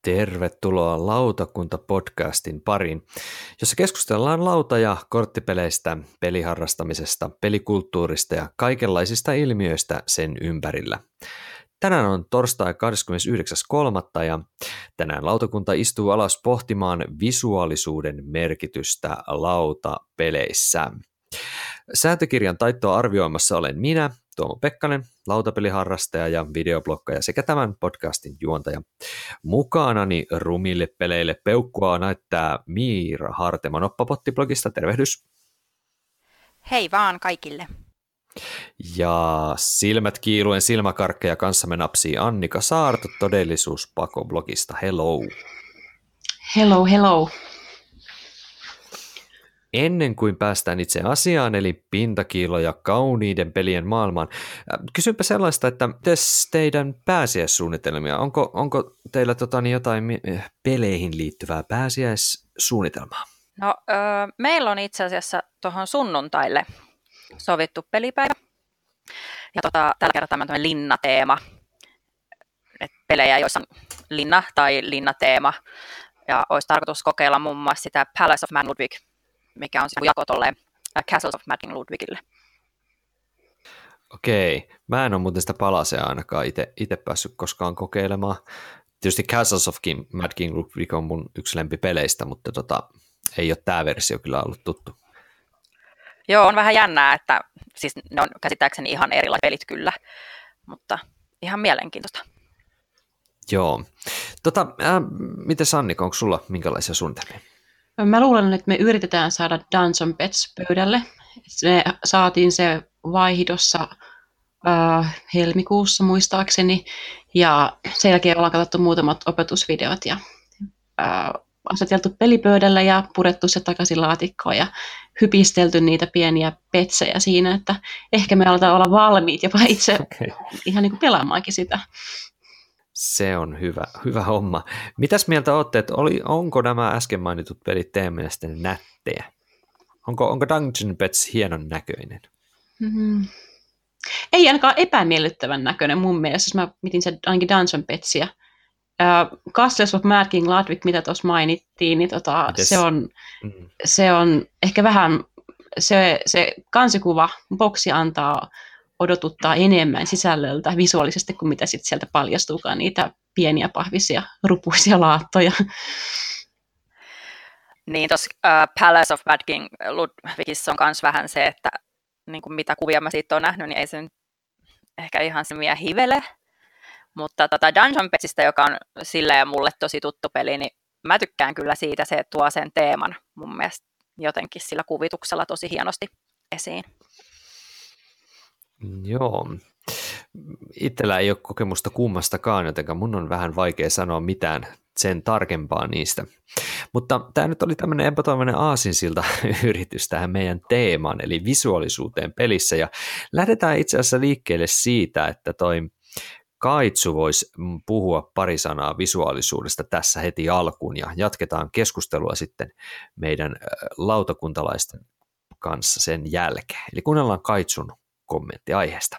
Tervetuloa Lautakunta-podcastin pariin, jossa keskustellaan lauta- ja korttipeleistä, peliharrastamisesta, pelikulttuurista ja kaikenlaisista ilmiöistä sen ympärillä. Tänään on torstai 29.3. ja tänään lautakunta istuu alas pohtimaan visuaalisuuden merkitystä lautapeleissä. Sääntökirjan taittoa arvioimassa olen minä, Tuomo Pekkanen, lautapeliharrastaja ja videobloggaja sekä tämän podcastin juontaja. Mukanani rumille peleille peukkua näyttää Miira Hartema Noppapotti-blogista. Tervehdys. Hei vaan kaikille. Ja silmät kiiluen silmäkarkkeja kanssamme napsii Annika Saarto Todellisuuspako-blogista. Hello. Hello, hello. Ennen kuin päästään itse asiaan, eli pintakiilo ja kauniiden pelien maailmaan, kysynpä sellaista, että mites teidän pääsiäissuunnitelmia? Onko teillä jotain peleihin liittyvää pääsiäissuunnitelmaa? No, meillä on itse asiassa tuohon sunnuntaille sovittu pelipäivä. Ja tällä kertaa on linnateema. Et pelejä, joissa on linna tai linnateema. Ja olisi tarkoitus kokeilla muun muassa sitä Palace of Man Ludwig, mikä on jako tolle Castles of Mad King Ludwigille. Okei, mä en ole muuten sitä Palacea ainakaan itse päässyt koskaan kokeilemaan. Tietysti Castles of Mad King Ludwig on mun yksi lempipeleistä, mutta ei ole tämä versio kyllä ollut tuttu. Joo, on vähän jännää, että siis ne on käsittääkseni ihan erilaiset pelit kyllä, mutta ihan mielenkiintoista. Joo. Miten Annika, onko sulla minkälaisia suunnitelmia? Mä luulen, että me yritetään saada Dungeon Pets pöydälle. Me saatiin se vaihdossa helmikuussa muistaakseni, ja sen jälkeen ollaan katsottu muutamat opetusvideot ja aseteltu pelipöydälle ja purettu se takaisin laatikkoon ja hypistelty niitä pieniä petsejä siinä, että ehkä me aletaan olla valmiit jopa itse ihan niin kuin pelaamaankin sitä. Se on hyvä homma. Mitäs mieltä olette, että onko nämä äsken mainitut pelit teidän mielestä nättejä? Onko Dungeon Pets hienon näköinen? Mm-hmm. Ei ainakaan epämiellyttävän näköinen mun mielestä, jos mä mietin se ainakin Dungeon Petsia. Castles of Mad King Ludwig, mitä tuossa mainittiin, niin se on ehkä vähän, se kansikuva, boksi antaa odotuttaa enemmän sisällöltä visuaalisesti kuin mitä sitten sieltä paljastuukaan niitä pieniä pahvisia rupuisia laattoja. Niin tuossa Palace of Mad King Ludwigissa on myös vähän se, että niin kuin mitä kuvia mä siitä olen nähnyt, niin ei se nyt ehkä ihan semmoisia hivele. Mutta Dungeon Petsistä, joka on silleen mulle tosi tuttu peli, niin mä tykkään kyllä siitä, se tuo sen teeman mun mielestä jotenkin sillä kuvituksella tosi hienosti esiin. Joo. Itsellä ei ole kokemusta kummastakaan, joten mun on vähän vaikea sanoa mitään sen tarkempaa niistä. Mutta tämä nyt oli tämmöinen epätoivoinen aasinsilta yritys tähän meidän teemaan, eli visuaalisuuteen pelissä. Ja lähdetään itse asiassa liikkeelle siitä, että toi Kaitsu voisi puhua pari sanaa visuaalisuudesta tässä heti alkuun ja jatketaan keskustelua sitten meidän lautakuntalaisten kanssa sen jälkeen. Eli kuunnellaan Kaitsun kommentti aiheesta.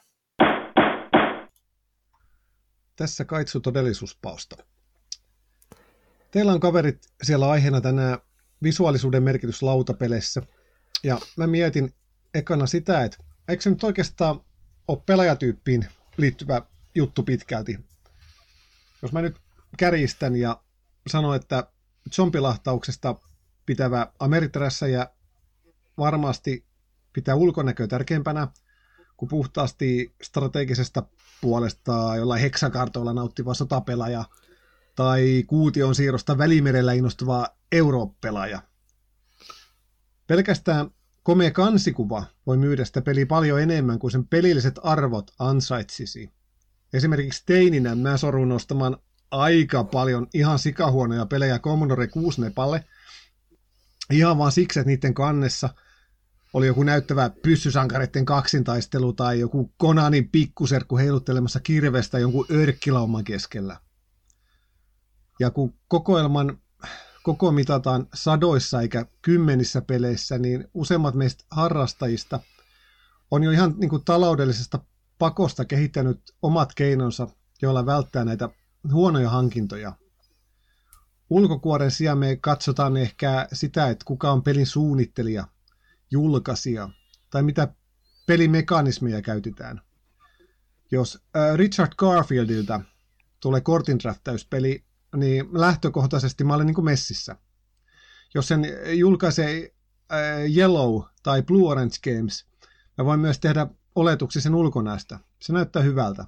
Tässä Kaitsu todellisuuspausta. Teillä on kaverit siellä aiheena tänään visuaalisuuden merkitys lautapeleissä. Ja mä mietin ekana sitä, että eikö se nyt oikeastaan ole pelaajatyyppiin liittyvä juttu pitkälti. Jos mä nyt kärjistän ja sanon, että zombilahtauksesta pitävä ameriträssäjä varmasti pitää ulkonäköä tärkeimpänä, kuin puhtaasti strategisesta puolesta jollain heksakartoilla nauttiva sotapelaaja tai kuution siirrosta Välimerellä innostuva europelaaja. Pelkästään komea kansikuva voi myydä sitä peliä paljon enemmän kuin sen pelilliset arvot ansaitsisi. Esimerkiksi teininä mä sorun nostamaan aika paljon ihan sikahuonoja pelejä Commodore 64 ihan vaan siksi, että niiden kannessa oli joku näyttävä pyssysankareiden kaksintaistelu tai joku Konanin pikkuserkku heiluttelemassa kirvestä jonkun örkkilauman keskellä. Ja kun kokoelman koko mitataan sadoissa eikä kymmenissä peleissä, niin useimmat meistä harrastajista on jo ihan niin kuin taloudellisesta pakosta kehittänyt omat keinonsa, joilla välttää näitä huonoja hankintoja. ulkokuoren sijaan me katsotaan ehkä sitä, että kuka on pelin suunnittelija, julkaisija tai mitä pelimekanismeja käytetään. Jos Richard Garfieldilta tulee kortindraftäyspeli, niin lähtökohtaisesti mä olen niin kuin messissä. Jos sen julkaisee Yellow tai Blue Orange Games, mä voin myös tehdä oletuksia sen ulkonäöstä. Se näyttää hyvältä.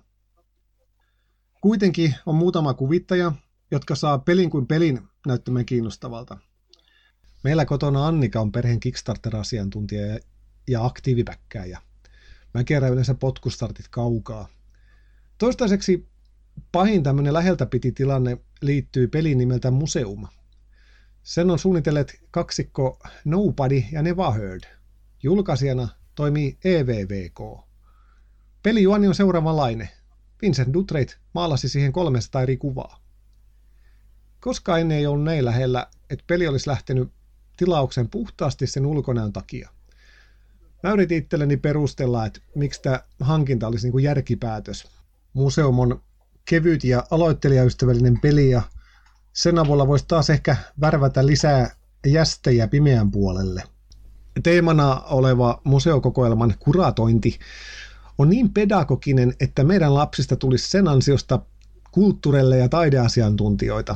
Kuitenkin on muutama kuvittaja, jotka saa pelin kuin pelin näyttämään kiinnostavalta. Meillä kotona Annika on perheen Kickstarter-asiantuntija ja aktiivipäkkääjä. Mä kerään yleensä potkustartit kaukaa. Toistaiseksi pahin tämmöinen läheltä piti tilanne liittyy peliin nimeltä Museum. Sen on suunnitelleet kaksikko Nobody ja Never Heard. Julkaisijana toimii EVVK. Pelijuoni on seuraavanlainen. Vincent Dutreit maalasi siihen 300 eri kuvaa. Koskaan ennen ei ollut näin lähellä, että peli olisi lähtenyt tilauksen puhtaasti sen ulkonäön takia. Mä yritin itselleni perustella, että miksi tämä hankinta olisi niin kuin järkipäätös. Museum on kevyt ja aloittelijaystävällinen peli ja sen avulla voisi taas ehkä värvätä lisää jästejä pimeän puolelle. Teemana oleva museokokoelman kuratointi on niin pedagoginen, että meidän lapsista tulisi sen ansiosta kulttuurille ja taideasiantuntijoita.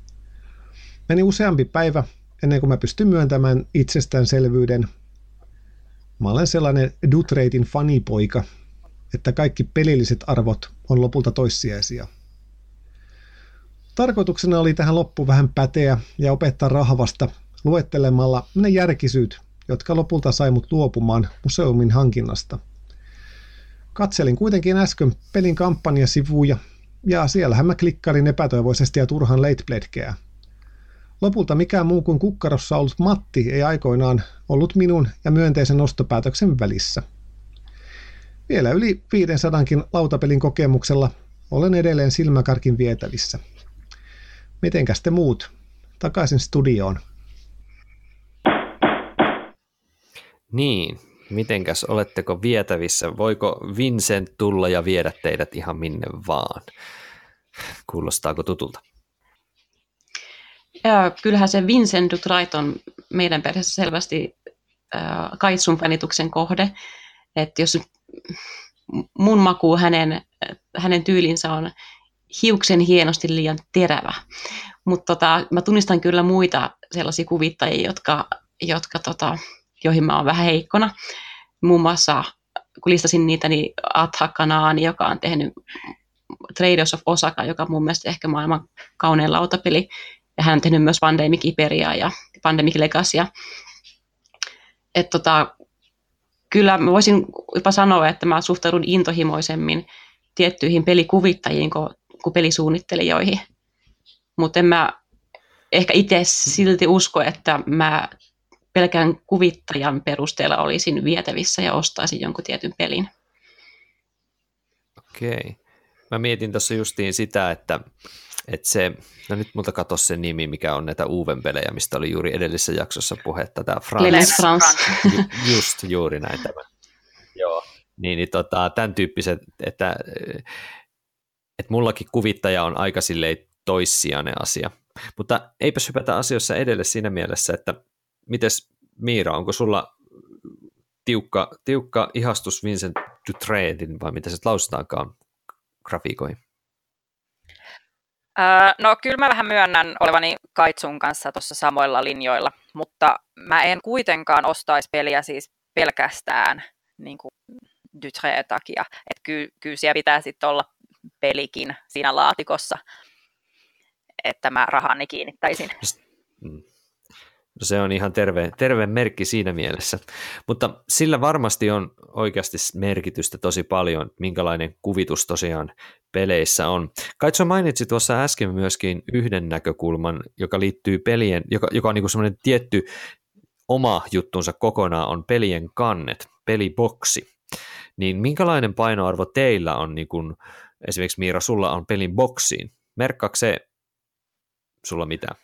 Meni useampi päivä ennen kuin mä pystyn myöntämään itsestäänselvyyden. Mä olen sellainen Dutreitin fanipoika, että kaikki pelilliset arvot on lopulta toissijaisia. Tarkoituksena oli tähän loppuun vähän päteä ja opettaa rahvasta luettelemalla ne järkisyyt, jotka lopulta sai mut luopumaan museumin hankinnasta. Katselin kuitenkin äsken pelin kampanjasivuja ja siellähän mä klikkailin epätoivoisesti ja turhan late-pledgeä. Lopulta mikään muu kuin kukkarossa ollut Matti ei aikoinaan ollut minun ja myönteisen ostopäätöksen välissä. Vielä yli 500kin lautapelin kokemuksella olen edelleen silmäkarkin vietävissä. Mitenkäs te muut? Takaisin studioon. Niin, mitenkäs oletteko vietävissä? Voiko Vincent tulla ja viedä teidät ihan minne vaan? Kuulostaako tutulta? Ja kyllähän se Vincent Dutreit on meidän perheessä selvästi Kaitsun fanituksen kohde. Että jos mun maku hänen tyylinsä on hiuksen hienosti liian terävä. Mutta mä tunnistan kyllä muita sellaisia kuvittajia, joihin mä oon vähän heikkona. Muun muassa, kun listasin niitä, niin Atha Kanaani, joka on tehnyt Traders of Osaka, joka on mun mielestä ehkä maailman kaunein lautapeli. Ja hän on tehnyt myös Pandemic Iberia ja Pandemic Legacya. Kyllä mä voisin jopa sanoa, että mä suhtaudun intohimoisemmin tiettyihin pelikuvittajiin kuin pelisuunnittelijoihin. Mutta en mä ehkä itse silti usko, että mä pelkään kuvittajan perusteella olisin vietävissä ja ostaisin jonkun tietyn pelin. Okei. Mä mietin tuossa justiin sitä, että se, no nyt multa katso se nimi, mikä on näitä Uven-pelejä, mistä oli juuri edellisessä jaksossa puhetta, tämä France. Just juuri näitä. Joo. Niin, tämän tyyppiset, että mullakin kuvittaja on aika silleen toissijainen asia. Mutta eipäs hypätä asioissa edelle siinä mielessä, että mites Miira, onko sulla tiukka ihastus Vincent Dutreitin, vai mitä se lausutaankaan grafiikoihin? No kyllä mä vähän myönnän olevani Kaitsun kanssa tuossa samoilla linjoilla, mutta mä en kuitenkaan ostaisi peliä siis pelkästään niin kuin Dutreitin takia. Että kyllä siellä pitää sitten olla pelikin siinä laatikossa, että mä rahani kiinnittäisin. No se on ihan terve merkki siinä mielessä, mutta sillä varmasti on oikeasti merkitystä tosi paljon, minkälainen kuvitus tosiaan peleissä on. Kaitso mainitsi tuossa äsken myöskin yhden näkökulman, joka liittyy pelien, joka on niin kuin semmoinen tietty oma juttunsa kokonaan, on pelien kannet, peliboksi. Niin minkälainen painoarvo teillä on, niin kuin esimerkiksi Miira, sulla on pelin boksiin? Merkkaako se sulla mitään?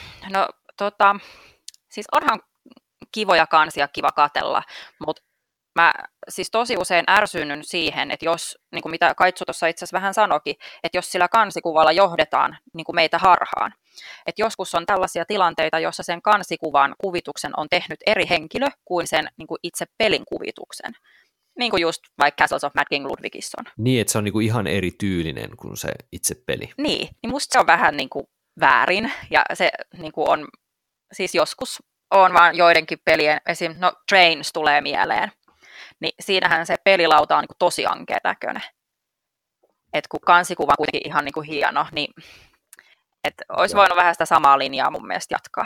Siis onhan kivoja kansia kiva katsella, mutta mä siis tosi usein ärsyynnyn siihen, että jos, niin kuin mitä Kaitsu tuossa itse asiassa vähän sanoikin, että jos sillä kansikuvalla johdetaan niin kuin meitä harhaan. Että joskus on tällaisia tilanteita, jossa sen kansikuvan kuvituksen on tehnyt eri henkilö kuin sen niin kuin itse pelin kuvituksen. Niin kuin just vaikka Castles of Mad King Ludwigissa on. Niin, että se on niin kuin ihan eri tyylinen kuin se itse peli. Niin musta se on vähän niin kuin väärin, ja se niin kuin on, siis joskus on vaan joidenkin pelien, esim. No Trains tulee mieleen, niin siinähän se pelilauta on niin kuin tosi ankeen näköinen. Että kun kansikuva on kuitenkin ihan niin kuin hieno, niin että olisi voinut vähän sitä samaa linjaa mun mielestä jatkaa.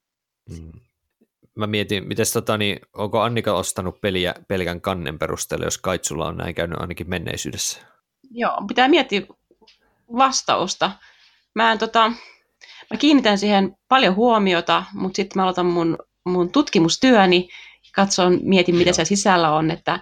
Mä mietin, niin onko Annika ostanut peliä pelkän kannen perusteella, jos Kaitsulla on näin käynyt ainakin menneisyydessä? Joo, pitää miettiä vastausta. Mä kiinnitän siihen paljon huomiota, mutta sitten mä aloitan mun tutkimustyöni, mietin mitä siellä sisällä on, että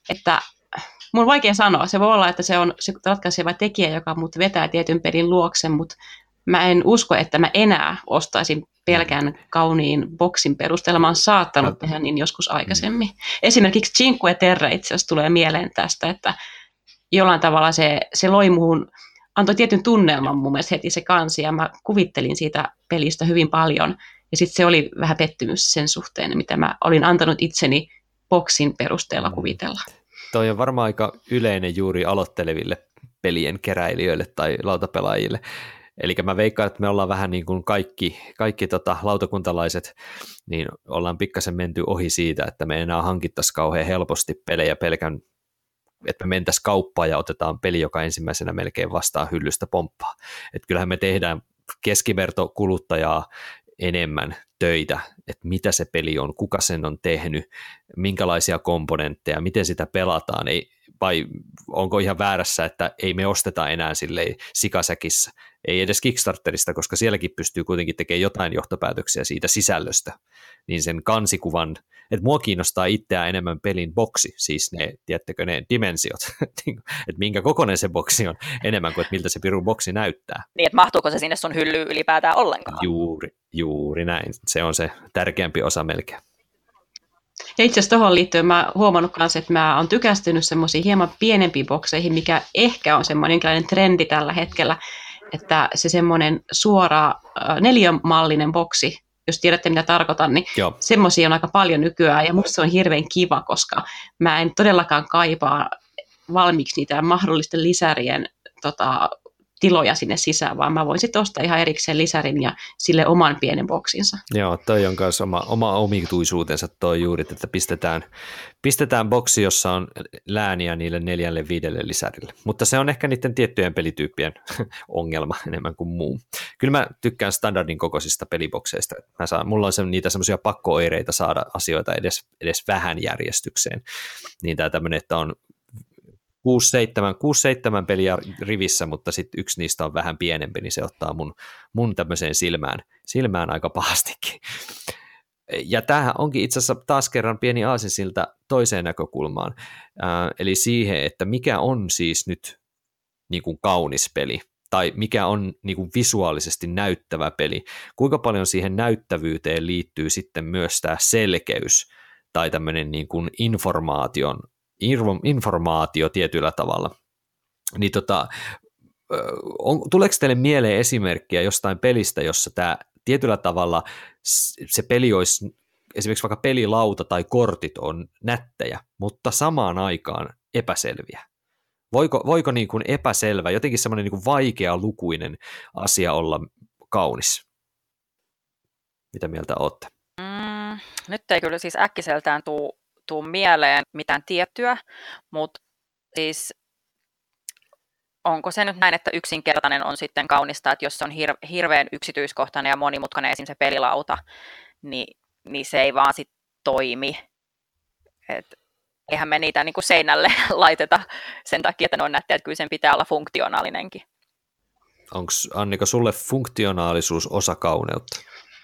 mun on vaikea sanoa. Se voi olla, että se on se ratkaiseva tekijä, joka mut vetää tietyn pelin luokse, mutta mä en usko, että mä enää ostaisin pelkän kauniin boksin perusteella. Mä oon saattanut tehdä niin joskus aikaisemmin. Esimerkiksi Cinque Terre itse asiassa tulee mieleen tästä, että jollain tavalla se loi muhun, antoi tietyn tunnelman mun mielestä heti se kansi, ja mä kuvittelin siitä pelistä hyvin paljon. Ja sitten se oli vähän pettymys sen suhteen, mitä mä olin antanut itseni boksin perusteella kuvitella. Toi on varmaan aika yleinen juuri aloitteleville pelien keräilijöille tai lautapelaajille. Eli mä veikkaan, että me ollaan vähän niin kuin kaikki lautakuntalaiset, niin ollaan pikkasen menty ohi siitä, että me enää hankittaisiin kauhean helposti pelejä pelkän, että me mentäisiin kauppaan ja otetaan peli, joka ensimmäisenä melkein vastaa hyllystä pomppaa. Että kyllähän me tehdään keskivertokuluttajaa enemmän töitä, että mitä se peli on, kuka sen on tehnyt, minkälaisia komponentteja, miten sitä pelataan, vai onko ihan väärässä, että ei me osteta enää silleen sikasäkissä, ei edes Kickstarterista, koska sielläkin pystyy kuitenkin tekemään jotain johtopäätöksiä siitä sisällöstä, niin sen kansikuvan, että mua kiinnostaa itseään enemmän pelin boksi, siis ne, tiedättekö ne dimensiot, että minkä kokoinen se boksi on, enemmän kuin että miltä se pirun boksi näyttää. Niin, että mahtuuko se sinne sun hyllyyn ylipäätään ollenkaan? Juuri näin, se on se tärkeämpi osa melkein. Ja itse asiassa tuohon liittyen mä oon huomannut myös, että mä oon tykästynyt semmoisiin hieman pienempiin bokseihin, mikä ehkä on semmoinen trendi tällä hetkellä, että se semmoinen suora neliömallinen boksi, jos tiedätte mitä tarkoitan, niin semmoisia on aika paljon nykyään, ja musta se on hirveän kiva, koska mä en todellakaan kaipaa valmiiksi niitä mahdollisten lisärien tiloja sinne sisään, vaan mä voin sitten ostaa ihan erikseen lisärin ja sille oman pienen boksinsa. Joo, toi on myös oma omituisuutensa toi juuri, että pistetään boksi, jossa on lääniä niille 4-5 lisärille, mutta se on ehkä niiden tiettyjen pelityyppien ongelma enemmän kuin muu. Kyllä mä tykkään standardin kokoisista pelibokseista. Mulla on niitä semmoisia pakko-oireita saada asioita edes vähän järjestykseen. Niin tää tämmöinen, että on 6-7 peliä rivissä, mutta sitten yksi niistä on vähän pienempi, niin se ottaa mun tämmöiseen silmään aika pahastikin. Ja tämähän onkin itse asiassa taas kerran pieni aasinsilta toiseen näkökulmaan, eli siihen, että mikä on siis nyt niin kuin kaunis peli, tai mikä on niin kuin visuaalisesti näyttävä peli. Kuinka paljon siihen näyttävyyteen liittyy sitten myös tämä selkeys, tai tämmöinen niin kuin informaatio tietyllä tavalla. Niin tuleeko teille mieleen esimerkkiä jostain pelistä, jossa tämä tietyllä tavalla se peli olisi, esimerkiksi vaikka pelilauta tai kortit on nättejä, mutta samaan aikaan epäselviä? Voiko niin kuin epäselvä, jotenkin semmoinen niin kuin vaikea lukuinen asia olla kaunis? Mitä mieltä olette? Nyt ei kyllä siis äkkiseltään tuu mieleen mitään tiettyä, mutta siis onko se nyt näin, että yksinkertainen on sitten kaunista, että jos se on hirveän yksityiskohtainen ja monimutkainen esim. Se pelilauta, niin se ei vaan sit toimi. Eihän me niitä niin kuin seinälle laiteta sen takia, että ne on nättejä, että kyllä sen pitää olla funktionaalinenkin. Onko Annika sulle funktionaalisuus osa kauneutta?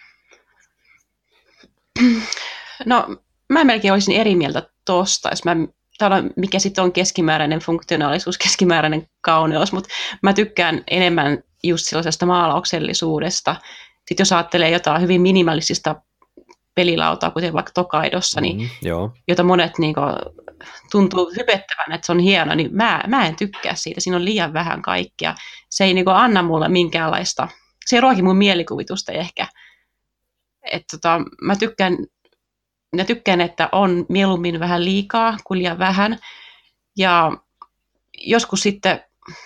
No mä melkein olisin eri mieltä tosta, mikä sitten on keskimääräinen funktionaalisuus, keskimääräinen kauneus, mutta mä tykkään enemmän just sellaisesta maalauksellisuudesta. Sitten jos ajattelee jotain hyvin minimalistista pelilautaa, kuten vaikka Tokaidossa, joo. jota monet niin kuin, tuntuu hypettävän, että se on hieno, niin mä en tykkää siitä. Siinä on liian vähän kaikkea. Se ei niin kuin, anna mulle minkäänlaista, se ei ruoki mun mielikuvitusta ehkä. Mä tykkään, että on mieluummin vähän liikaa kuin liian vähän. Ja joskus sitten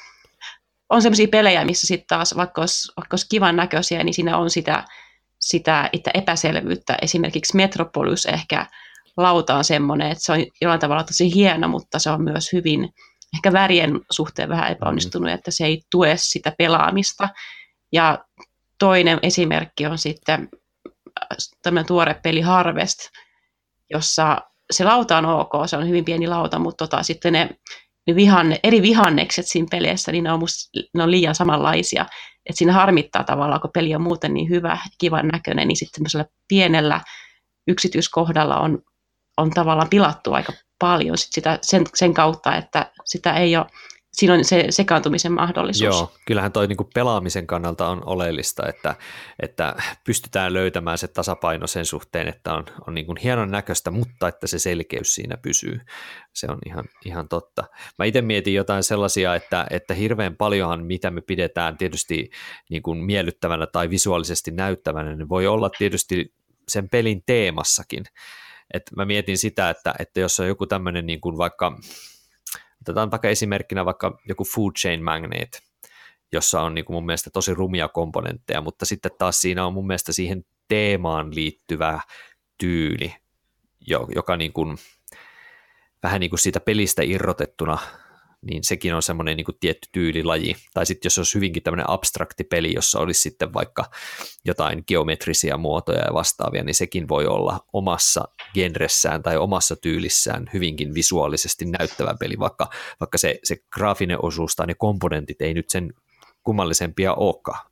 on sellaisia pelejä, missä sitten taas, vaikka olisi kivan näköisiä, niin siinä on sitä epäselvyyttä. Esimerkiksi Metropolis ehkä lauta on semmoinen, että se on jollain tavalla tosi hieno, mutta se on myös hyvin ehkä värien suhteen vähän epäonnistunut, että se ei tue sitä pelaamista. Ja toinen esimerkki on sitten tämmöinen tuore peli Harvest, jossa se lauta on ok, se on hyvin pieni lauta, mutta sitten ne eri vihannekset siinä pelissä, niin ne on liian samanlaisia. Että siinä harmittaa tavallaan, kun peli on muuten niin hyvä, kivan näköinen, niin sitten tämmöisellä pienellä yksityiskohdalla on tavallaan pilattu aika paljon sen kautta, että sitä ei ole, siinä on se sekaantumisen mahdollisuus. Joo, kyllähän toi niinku pelaamisen kannalta on oleellista, että pystytään löytämään se tasapaino sen suhteen, että on niinku hienon näköistä, mutta että se selkeys siinä pysyy. Se on ihan totta. Mä itse mietin jotain sellaisia, että hirveän paljonhan mitä me pidetään tietysti niinku miellyttävänä tai visuaalisesti näyttävänä, niin voi olla tietysti sen pelin teemassakin. Et mä mietin sitä, että jos on joku tämmöinen niin kuin vaikka, otetaan vaikka esimerkkinä vaikka joku Food Chain Magnate, jossa on niin kuin mun mielestä tosi rumia komponentteja, mutta sitten taas siinä on mun mielestä siihen teemaan liittyvä tyyli, joka niin kuin, vähän niin kuin siitä pelistä irrotettuna, niin sekin on semmoinen niin kuin tietty tyylilaji. Tai sitten jos olisi hyvinkin tämmöinen abstrakti peli, jossa olisi sitten vaikka jotain geometrisia muotoja ja vastaavia, niin sekin voi olla omassa genressään tai omassa tyylissään hyvinkin visuaalisesti näyttävä peli, vaikka se graafinen osuus tai ne komponentit ei nyt sen kummallisempia olekaan.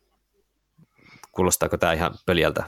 Kuulostaako tämä ihan pöljältä?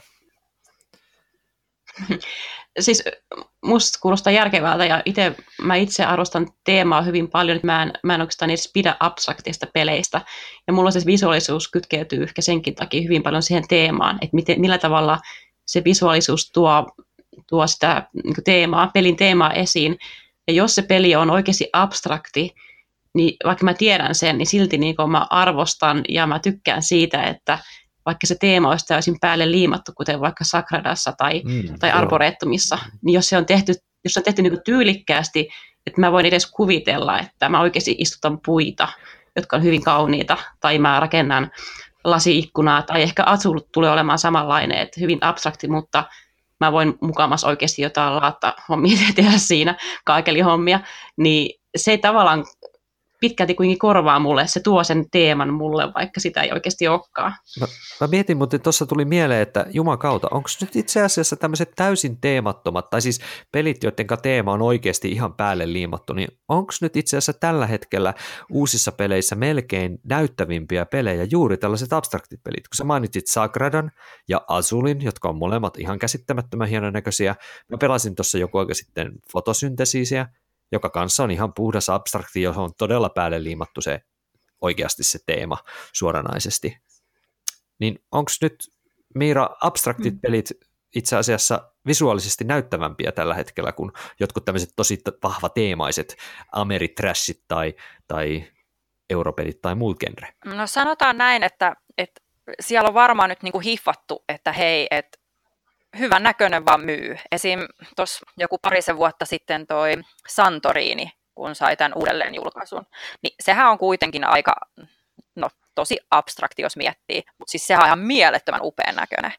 Siis musta kuulostaa järkevältä ja mä itse arvostan teemaa hyvin paljon, että mä en oikeastaan edes pidä abstraktista peleistä. Ja mulla se visuaalisuus kytkeytyy ehkä senkin takia hyvin paljon siihen teemaan, että millä tavalla se visuaalisuus tuo sitä niin teemaa, pelin teemaa esiin. Ja jos se peli on oikeasti abstrakti, niin vaikka mä tiedän sen, niin silti niin mä arvostan ja mä tykkään siitä, että vaikka se teema olisi täysin päälle liimattu, kuten vaikka Sagradassa tai Arboretumissa, niin jos se on tehty niin kuin tyylikkäästi, että mä voin edes kuvitella, että mä oikeasti istutan puita, jotka on hyvin kauniita, tai mä rakennan lasi-ikkunaa, tai ehkä Azul tulee olemaan samanlainen, että hyvin abstrakti, mutta mä voin mukamas oikeasti jotain laatta-hommia tehdä siinä, kaakelihommia, niin se ei tavallaan pitkälti kuitenkin korvaa mulle, se tuo sen teeman mulle, vaikka sitä ei oikeasti olekaan. Mä mietin, mutta tuossa tuli mieleen, että jumakauta, onko nyt itse asiassa tämmöiset täysin teemattomat, tai siis pelit, joiden teema on oikeasti ihan päälle liimattu, niin onko nyt itse asiassa tällä hetkellä uusissa peleissä melkein näyttävimpiä pelejä juuri tällaiset abstraktit pelit, kun sä mainitsit Sagradan ja Azulin, jotka on molemmat ihan käsittämättömän hienon näköisiä. Mä pelasin tuossa joku aika sitten fotosyntesiisiä, joka kanssa on ihan puhdas abstrakti, johon on todella päälle liimattu se oikeasti se teema suoranaisesti. Niin onko nyt, Miira, abstraktit pelit itse asiassa visuaalisesti näyttävämpiä tällä hetkellä kuin jotkut tämmöiset tosi vahvateemaiset Ameritrashit tai europelit tai muut genre? No sanotaan näin, että siellä on varmaan nyt niinku hiffattu, että hei, että hyvän näköinen vaan myy. Esim. Tuossa joku parisen vuotta sitten toi Santorini, kun sai tämän uudelleenjulkaisun, niin sehän on kuitenkin aika, tosi abstrakti, jos miettii, mutta siis sehän on ihan mielettömän upean näköinen.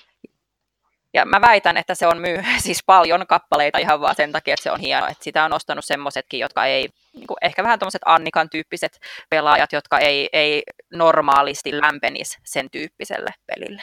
Ja mä väitän, että se on myy siis paljon kappaleita ihan vaan sen takia, että se on hieno. Että sitä on ostanut semmoisetkin, jotka ei, niin kuin ehkä vähän tommoset Annikan tyyppiset pelaajat, jotka ei normaalisti lämpenisi sen tyyppiselle pelille.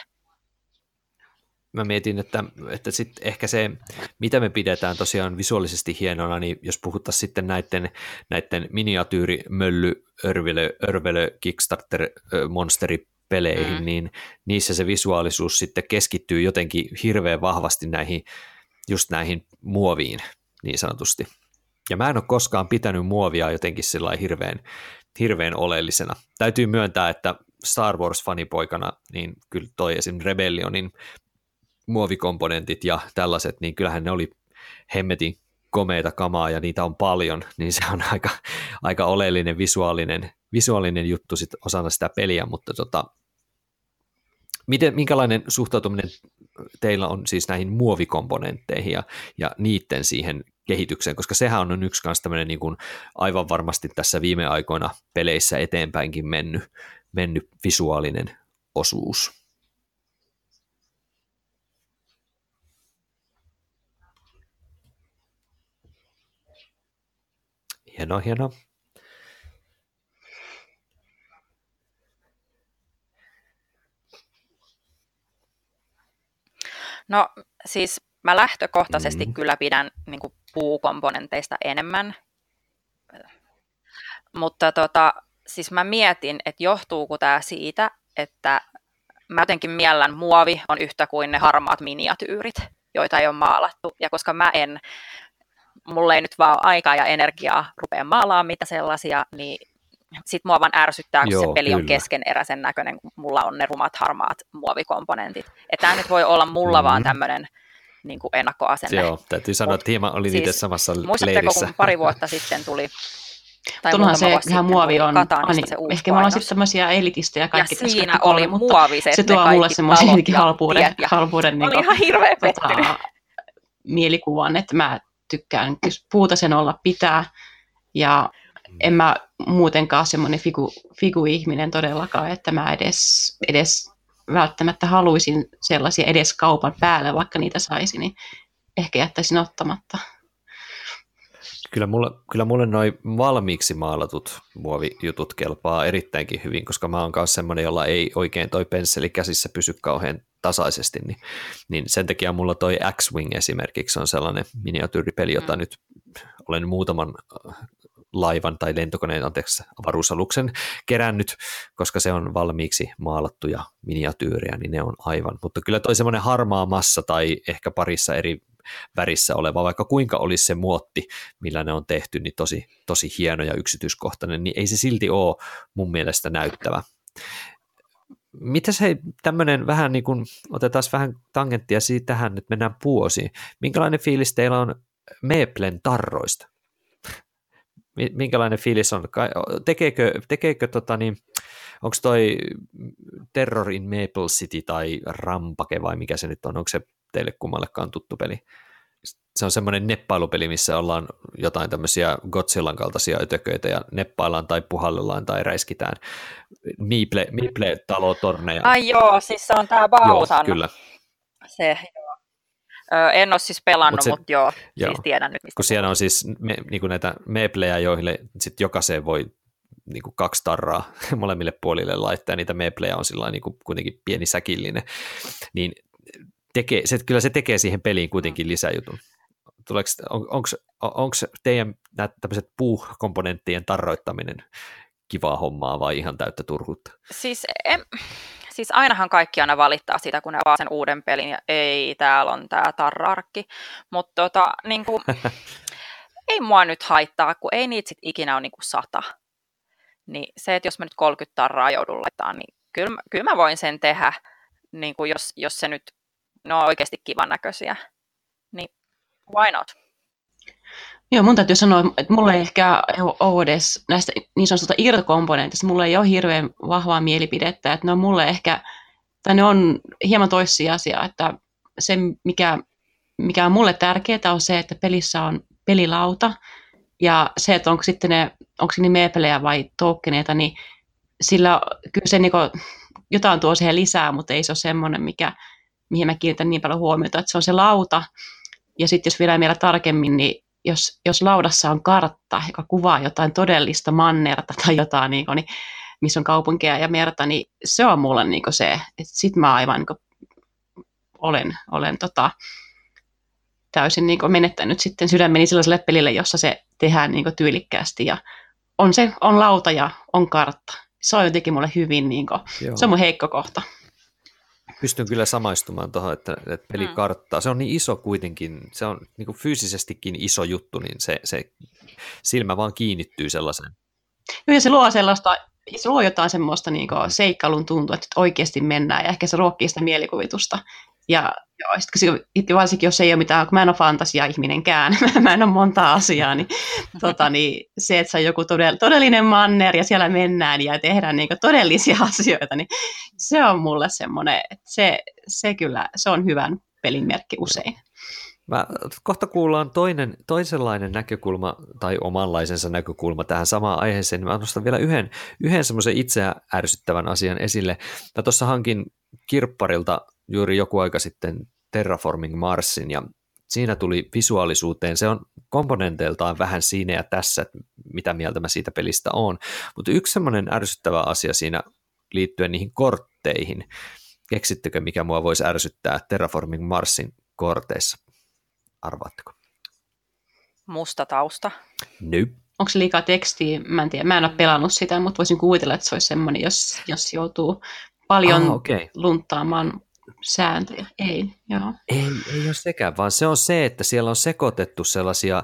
Mä mietin, että sitten ehkä se, mitä me pidetään tosiaan visuaalisesti hienona, niin jos puhuttaisiin sitten näiden miniatyyrimölly, örvelö, Kickstarter, monsteripeleihin, niin niissä se visuaalisuus sitten keskittyy jotenkin hirveän vahvasti näihin muoviin niin sanotusti. Ja mä en ole koskaan pitänyt muovia jotenkin sellainen hirveän oleellisena. Täytyy myöntää, että Star Wars-fanipoikana, niin kyllä toi esim. Rebellionin muovikomponentit ja tällaiset, niin kyllähän ne oli hemmetin komeita kamaa ja niitä on paljon, niin se on aika oleellinen visuaalinen juttu sit osana sitä peliä, mutta minkälainen suhtautuminen teillä on siis näihin muovikomponentteihin ja niiden siihen kehitykseen, koska sehän on yksi kanssa tämmöinen niin kuin aivan varmasti tässä viime aikoina peleissä eteenpäinkin mennyt visuaalinen osuus. Hienoa. No siis mä lähtökohtaisesti kyllä pidän niin kuin puukomponenteista enemmän, mutta siis mä mietin, että johtuuko tämä siitä, että mä jotenkin miellän muovi on yhtä kuin ne harmaat miniatyyrit, joita ei ole maalattu, ja koska mulla ei nyt vaan aikaa ja energiaa rupea maalaamaan mitä sellaisia, niin sit mua vaan ärsyttää, kun se peli on keskeneräisen näköinen, kun mulla on ne rumat harmaat muovikomponentit. Että tämä nyt voi olla mulla vaan tämmöinen niin kuin ennakkoasenne. Joo, täytyy sanoa, että hieman oli niitä samassa leirissä. Muistatteko, kun pari vuotta sitten tuli, tai tuollahan se ihan muovi on, ehkä me ollaan sitten tämmöisiä elitistä ja kaikki tässä siinä oli muoviset, se tuo mulle semmoisen halpuuden oli ihan hirveä pettynyt. Mielikuvan, että mä tykkään puuta sen olla pitää, ja en mä muutenkaan semmoinen figu-ihminen todellakaan, että mä edes välttämättä haluaisin sellaisia edes kaupan päälle, vaikka niitä saisi, niin ehkä jättäisin ottamatta. Kyllä mulle noi valmiiksi maalatut muovijutut kelpaa erittäinkin hyvin, koska mä oon myös semmoinen, jolla ei oikein toi pensseli käsissä pysy kauhean tasaisesti, niin sen takia mulla toi X-Wing esimerkiksi on sellainen miniatyyripeli, jota nyt olen muutaman laivan tai lentokoneen, avaruusaluksen kerännyt, koska se on valmiiksi maalattuja miniatyyriä, niin ne on aivan. Mutta kyllä toi semmoinen harmaa massa tai ehkä parissa eri värissä oleva, vaikka kuinka olisi se muotti, millä ne on tehty, niin tosi hieno ja yksityiskohtainen, niin ei se silti ole mun mielestä näyttävä. Mitäs hei, tämmöinen vähän niin kuin, otetaan vähän tangenttia siitä tähän, nyt mennään vuosiin. Minkälainen fiilis teillä on Meeplen tarroista? Minkälainen fiilis on? Tekeekö onko toi Terror in Maple City tai Rampage vai mikä se nyt on? Onko se teille kummallekaan tuttu peli? Se on semmoinen neppailupeli, missä ollaan jotain tämmöisiä Godzillan kaltaisia ötököitä ja neppaillaan tai puhallellaan tai räiskitään Meeple-talotorneja. Ai joo, siis se on tää Bausan. Joo, kyllä. Se, joo. En ole siis pelannut, mutta joo, siis tiedän nyt. Kun siellä on siis niinku näitä Meeplejä, joille sit jokaiseen voi niinku 2 tarraa molemmille puolille laittaa, ja niitä Meeplejä on sillä niinku kuitenkin pieni säkillinen, niin kyllä se tekee siihen peliin kuitenkin lisäjutun. Onko teidän tämmöiset puukomponenttien tarroittaminen kivaa hommaa vai ihan täyttä turhuutta? Siis ainahan kaikki aina valittaa sitä, kun ne avaa sen uuden pelin, ja ei, täällä on tää tarra-arkki, mutta niinku, ei mua nyt haittaa, kun ei niitä sit ikinä ole niinku 100. Niin se, että jos mä nyt 30 tarraa joudun laittaa, niin kyllä mä voin sen tehdä, niinku jos se nyt ne on oikeasti kivan näköisiä, niin why not? Joo, mun täytyy sanoa, että mulla ei ehkä ole edes näistä niin sanotusta irtokomponentista, mulla ei ole hirveän vahvaa mielipidettä, että ne on mulle ehkä, tai ne on hieman toissijaisia, että se mikä on mulle tärkeää on se, että pelissä on pelilauta, ja se, että onko ne meepelejä vai tokeneita, niin sillä kyllä se niinku, jotain tuo siihen lisää, mutta ei se ole semmoinen, mihin mä kiinnitän niin paljon huomiota, että se on se lauta, ja sitten jos vielä tarkemmin, niin jos laudassa on kartta, joka kuvaa jotain todellista mannerta tai jotain, niin missä on kaupunkeja ja merta, niin se on mulle niin se, että sitten mä aivan olen täysin niin menettänyt sitten sydämeni sellaiselle pelille, jossa se tehdään niin tyylikkäästi ja on lauta ja on kartta. Se on jotenkin mulle hyvin, se on mun heikko kohta. Pystyn kyllä samaistumaan tuohon, että peli karttaa. Se on niin iso kuitenkin, se on niin kuin fyysisestikin iso juttu, niin se silmä vaan kiinnittyy sellaiseen. Joo, ja se luo jotain semmoista niin kuin seikkailun tuntua, että oikeasti mennään, ja ehkä se ruokkii sitä mielikuvitusta. Ja varsinkin jos ei ole mitään, kun mä en ole fantasia-ihminenkään, mä en ole monta asiaa, niin se, että se on joku todellinen manner ja siellä mennään ja tehdään niin todellisia asioita, niin se on mulle semmoinen, että se kyllä, se on hyvän pelin merkki usein. Kohta kuullaan toisenlainen näkökulma tai omanlaisensa näkökulma tähän samaan aiheeseen. Mä nostan vielä yhden semmoisen itseä ärsyttävän asian esille. Mä tuossa hankin kirpparilta juuri joku aika sitten Terraforming Marsin ja siinä tuli visuaalisuuteen. Se on komponenteiltaan vähän siinä ja tässä, että mitä mieltä mä siitä pelistä on. Mutta yksi semmoinen ärsyttävä asia siinä liittyen niihin kortteihin. Keksittekö, mikä mua voisi ärsyttää Terraforming Marsin korteissa? Arvaatteko? Musta tausta. Nope. Onko se liikaa tekstiä? Mä en tiedä. Mä en ole pelannut sitä, mutta voisin kuvitella, että se olisi semmoinen, jos joutuu paljon lunttaamaan sääntöjä. Ei ole sekään, vaan se on se, että siellä on sekoitettu sellaisia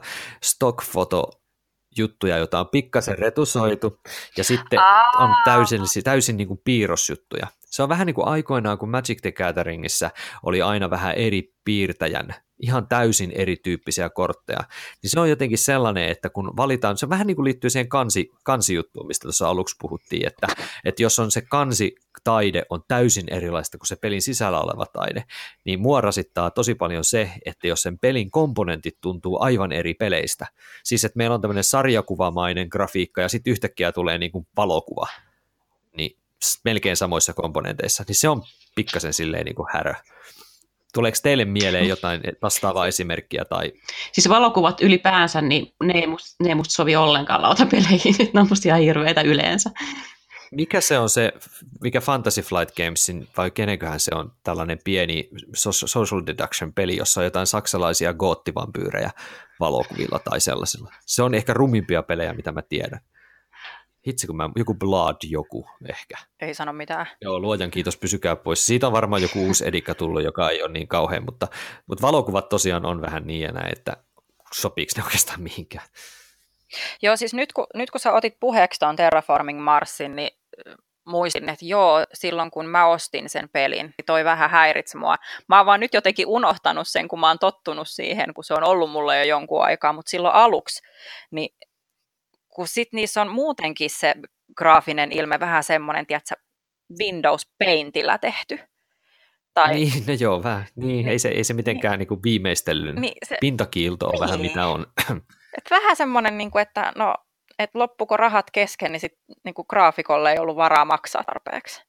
stock-foto-juttuja, joita on pikkasen retusoitu, ja sitten on täysin niin kuin piirrosjuttuja. Se on vähän niin kuin aikoinaan, kun Magic the Gatheringissa oli aina vähän eri piirtäjän, ihan täysin erityyppisiä kortteja, niin se on jotenkin sellainen, että kun valitaan, se vähän niin kuin liittyy siihen kansijuttuun, mistä tuossa aluksi puhuttiin, että jos on se kansitaide on täysin erilaista kuin se pelin sisällä oleva taide, niin mua rasittaa tosi paljon se, että jos sen pelin komponentit tuntuu aivan eri peleistä, siis että meillä on tämmöinen sarjakuvamainen grafiikka ja sitten yhtäkkiä tulee niin kuin valokuva, niin melkein samoissa komponenteissa, niin se on pikkasen silleen niin kuin härö. Tuleeko teille mieleen jotain vastaavaa esimerkkiä? Tai... Siis valokuvat ylipäänsä, niin ne ei musta sovi ollenkaan lautapeleihin, ne on musta ihan hirveitä yleensä. Mikä se on se, mikä Fantasy Flight Gamesin, vai kenenköhän se on tällainen pieni social deduction peli, jossa on jotain saksalaisia goottivampyyrejä valokuvilla tai sellaisilla. Se on ehkä rumimpia pelejä, mitä mä tiedän. Hitsi, kun joku Blood joku ehkä. Ei sano mitään. Joo, luojan kiitos, pysykää pois. Siitä on varmaan joku uusi edikka tullut, joka ei ole niin kauhean, mutta valokuvat tosiaan on vähän niin ja näin, että sopiiko ne oikeastaan mihinkään. Joo, siis nyt kun sä otit puheeksi tuon Terraforming Marsin, niin muistin, että joo, silloin kun mä ostin sen pelin, niin toi vähän häiritsi mua. Mä oon vaan nyt jotenkin unohtanut sen, kun mä oon tottunut siihen, kun se on ollut mulle jo jonkun aikaa, mutta silloin aluksi, niin kun sitten niissä on muutenkin se graafinen ilme vähän semmoinen, tiedätkö, Windows Paintillä tehty. Tai... Niin, no joo, vähän. Niin, ei se mitenkään niin kuin viimeistellyn. Niin, pintakiilto on vähän mitä on. Et vähän semmoinen, niin kuin, että no, et loppuko rahat kesken, niin sit niin kuin graafikolle ei ollut varaa maksaa tarpeeksi.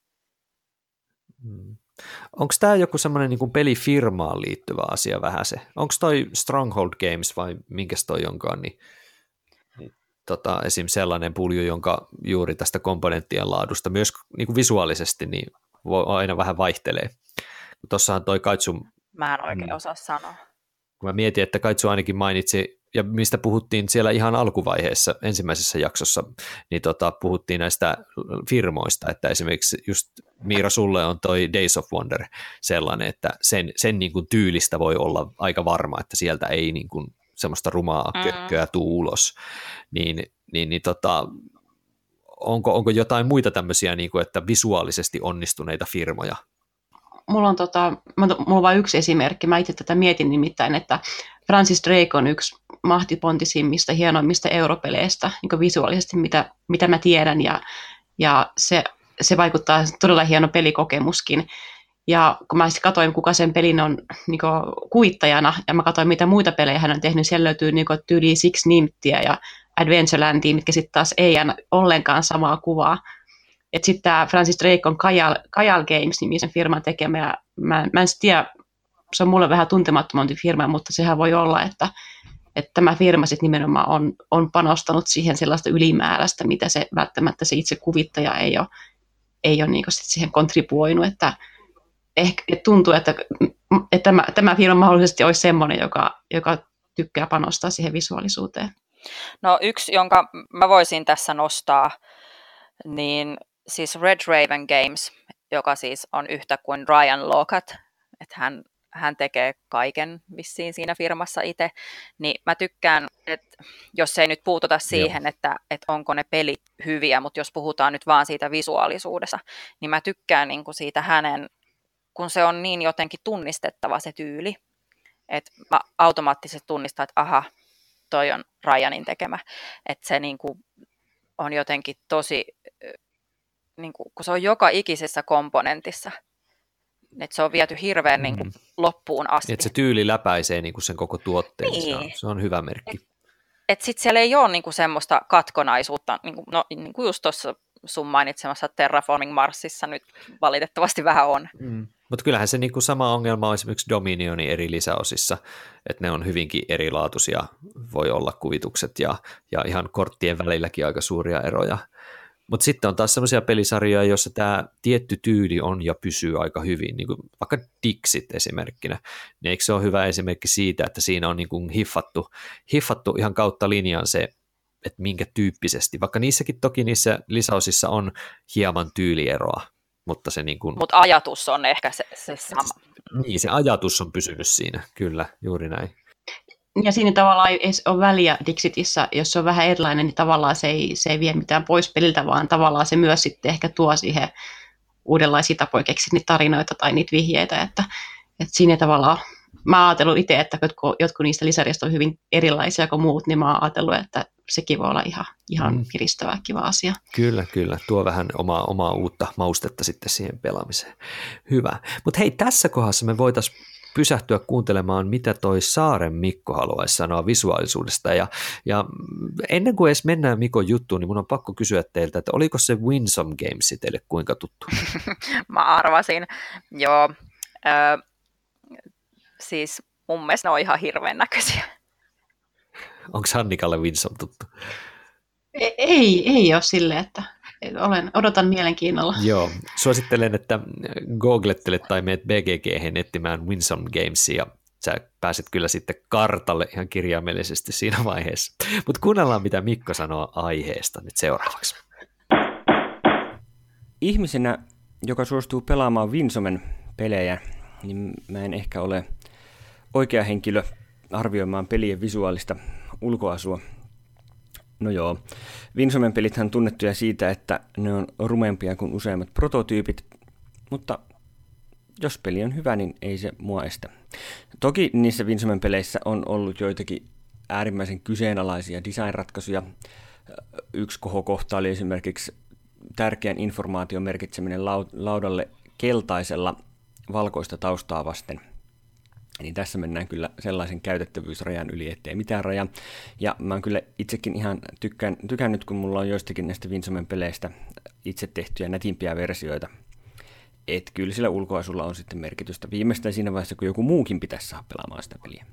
Onko tämä joku semmoinen niin kuin pelifirmaan liittyvä asia vähän se? Onko toi Stronghold Games vai minkäs toi onkaan, niin esim. Sellainen pulju, jonka juuri tästä komponenttien laadusta myös niin kuin visuaalisesti niin voi aina vähän vaihtelee. Tuossahan toi Kaitsu... Mä en oikein osaa sanoa. Kun mä mietin, että Kaitsu ainakin mainitsi, ja mistä puhuttiin siellä ihan alkuvaiheessa, ensimmäisessä jaksossa, niin puhuttiin näistä firmoista, että esimerkiksi just Miira, sulle on toi Days of Wonder sellainen, että sen niin kuin tyylistä voi olla aika varma, että sieltä ei niin kuin semmoista rumaa kökköä tuu ulos, onko jotain muita tämmöisiä, niin kuin, että visuaalisesti onnistuneita firmoja? Mulla on vain yksi esimerkki. Mä itse tätä mietin nimittäin, että Francis Drake on yksi mahtipontisimmista, hienoimmista europeleistä niin visuaalisesti, mitä mä tiedän, ja se vaikuttaa todella hieno pelikokemuskin. Ja kun mä katsoin, kuka sen pelin on niin kuvittajana, ja mä katsoin, mitä muita pelejä hän on tehnyt, siellä löytyy niin tyyli Six Nimtiä ja Adventurelandia, mitkä sitten taas ei anna ollenkaan samaa kuvaa. Että sitten tämä Francis Drake on Kajal Games-nimisen firman tekemä, ja mä en tiedä, se on mulle vähän tuntemattomampi firma, mutta sehän voi olla, että tämä firma sitten nimenomaan on panostanut siihen sellaista ylimääräistä, mitä se välttämättä se itse kuvittaja ei ole niin sit siihen kontribuoinut, että ehkä tuntuu, että tämä firma mahdollisesti olisi semmoinen, joka tykkää panostaa siihen visuaalisuuteen. No yksi, jonka mä voisin tässä nostaa, niin siis Red Raven Games, joka siis on yhtä kuin Ryan Laukat, että hän tekee kaiken vissiin siinä firmassa itse, niin mä tykkään, että jos ei nyt puututa siihen, että onko ne pelit hyviä, mutta jos puhutaan nyt vaan siitä visuaalisuudesta, niin mä tykkään niin kuin siitä hänen kun se on niin jotenkin tunnistettava se tyyli, että mä automaattisesti tunnistan, että aha, toi on Ryanin tekemä. Että se niin kuin on jotenkin tosi, niin kuin, kun se on joka ikisessä komponentissa, että se on viety hirveän niin kuin loppuun asti. Että se tyyli läpäisee niin kuin sen koko tuotteen, niin. Se on hyvä merkki. Että sitten siellä ei ole niin kuin semmoista katkonaisuutta, niin kuin just tuossa sun mainitsemassa Terraforming Marsissa nyt valitettavasti vähän on. Mutta kyllähän se niinku sama ongelma on esimerkiksi Dominionin eri lisäosissa, että ne on hyvinkin erilaatuisia, voi olla kuvitukset ja ihan korttien välilläkin aika suuria eroja. Mutta sitten on taas semmoisia pelisarjoja, joissa tämä tietty tyyli on ja pysyy aika hyvin, niin kuin vaikka Dixit esimerkkinä. Niin eikö se ole hyvä esimerkki siitä, että siinä on niinku hiffattu ihan kautta linjan se, että minkä tyyppisesti, vaikka niissäkin toki niissä lisäosissa on hieman tyylieroa, mutta se niin kuin... Mutta ajatus on ehkä se sama. Niin, se ajatus on pysynyt siinä, kyllä, juuri näin. Ja siinä tavallaan ei ole väliä Dixitissä, jos se on vähän erilainen, niin tavallaan se ei vie mitään pois peliltä, vaan tavallaan se myös sitten ehkä tuo siihen uudenlaisia tapoja keksiä niitä tarinoita tai niitä vihjeitä, että siinä tavallaan, mä oon ajatellut itse, että jotkut niistä lisäreistä on hyvin erilaisia kuin muut, niin mä oon ajatellut, että sekin voi olla ihan kiristävä, kiva asia. Kyllä, tuo vähän omaa uutta maustetta sitten siihen pelaamiseen. Hyvä. Mutta hei, tässä kohdassa me voitaisiin pysähtyä kuuntelemaan, mitä toi Saaren Mikko haluaisi sanoa visuaalisuudesta. Ja ennen kuin edes mennään Mikon juttuun, niin mun on pakko kysyä teiltä, että oliko se Winsome Games teille kuinka tuttu? Mä arvasin, joo. Siis mun mielestä ne on ihan hirveän näköisiä. Onko Hannikalle Winsome tuttu? Ei ole silleen, että odotan mielenkiinnolla. Joo, suosittelen, että googlettelet tai meet BGG:hen etsimään Winsome Gamesia ja sä pääset kyllä sitten kartalle ihan kirjaimellisesti siinä vaiheessa. Mutta kuunnellaan, mitä Mikko sanoo aiheesta nyt seuraavaksi. Ihmisenä, joka suostuu pelaamaan Winsomen pelejä, niin mä en ehkä ole oikea henkilö arvioimaan pelien visuaalista ulkoasua. No joo, Winsomen pelithän on tunnettuja siitä, että ne on rumempia kuin useimmat prototyypit, mutta jos peli on hyvä, niin ei se mua estä. Toki niissä Winsomen peleissä on ollut joitakin äärimmäisen kyseenalaisia design-ratkaisuja. Yksi kohokohta oli esimerkiksi tärkeän informaation merkitseminen laudalle keltaisella valkoista taustaa vasten. Niin tässä mennään kyllä sellaisen käytettävyysrajan yli, ettei mitään raja. Ja mä oon kyllä itsekin ihan tykännyt, kun mulla on joistakin näistä Winsomen peleistä itse tehtyjä nätimpiä versioita. Että kyllä sillä ulkoasulla on sitten merkitystä viimeistään siinä vaiheessa, kun joku muukin pitäisi saada pelaamaan sitä peliä.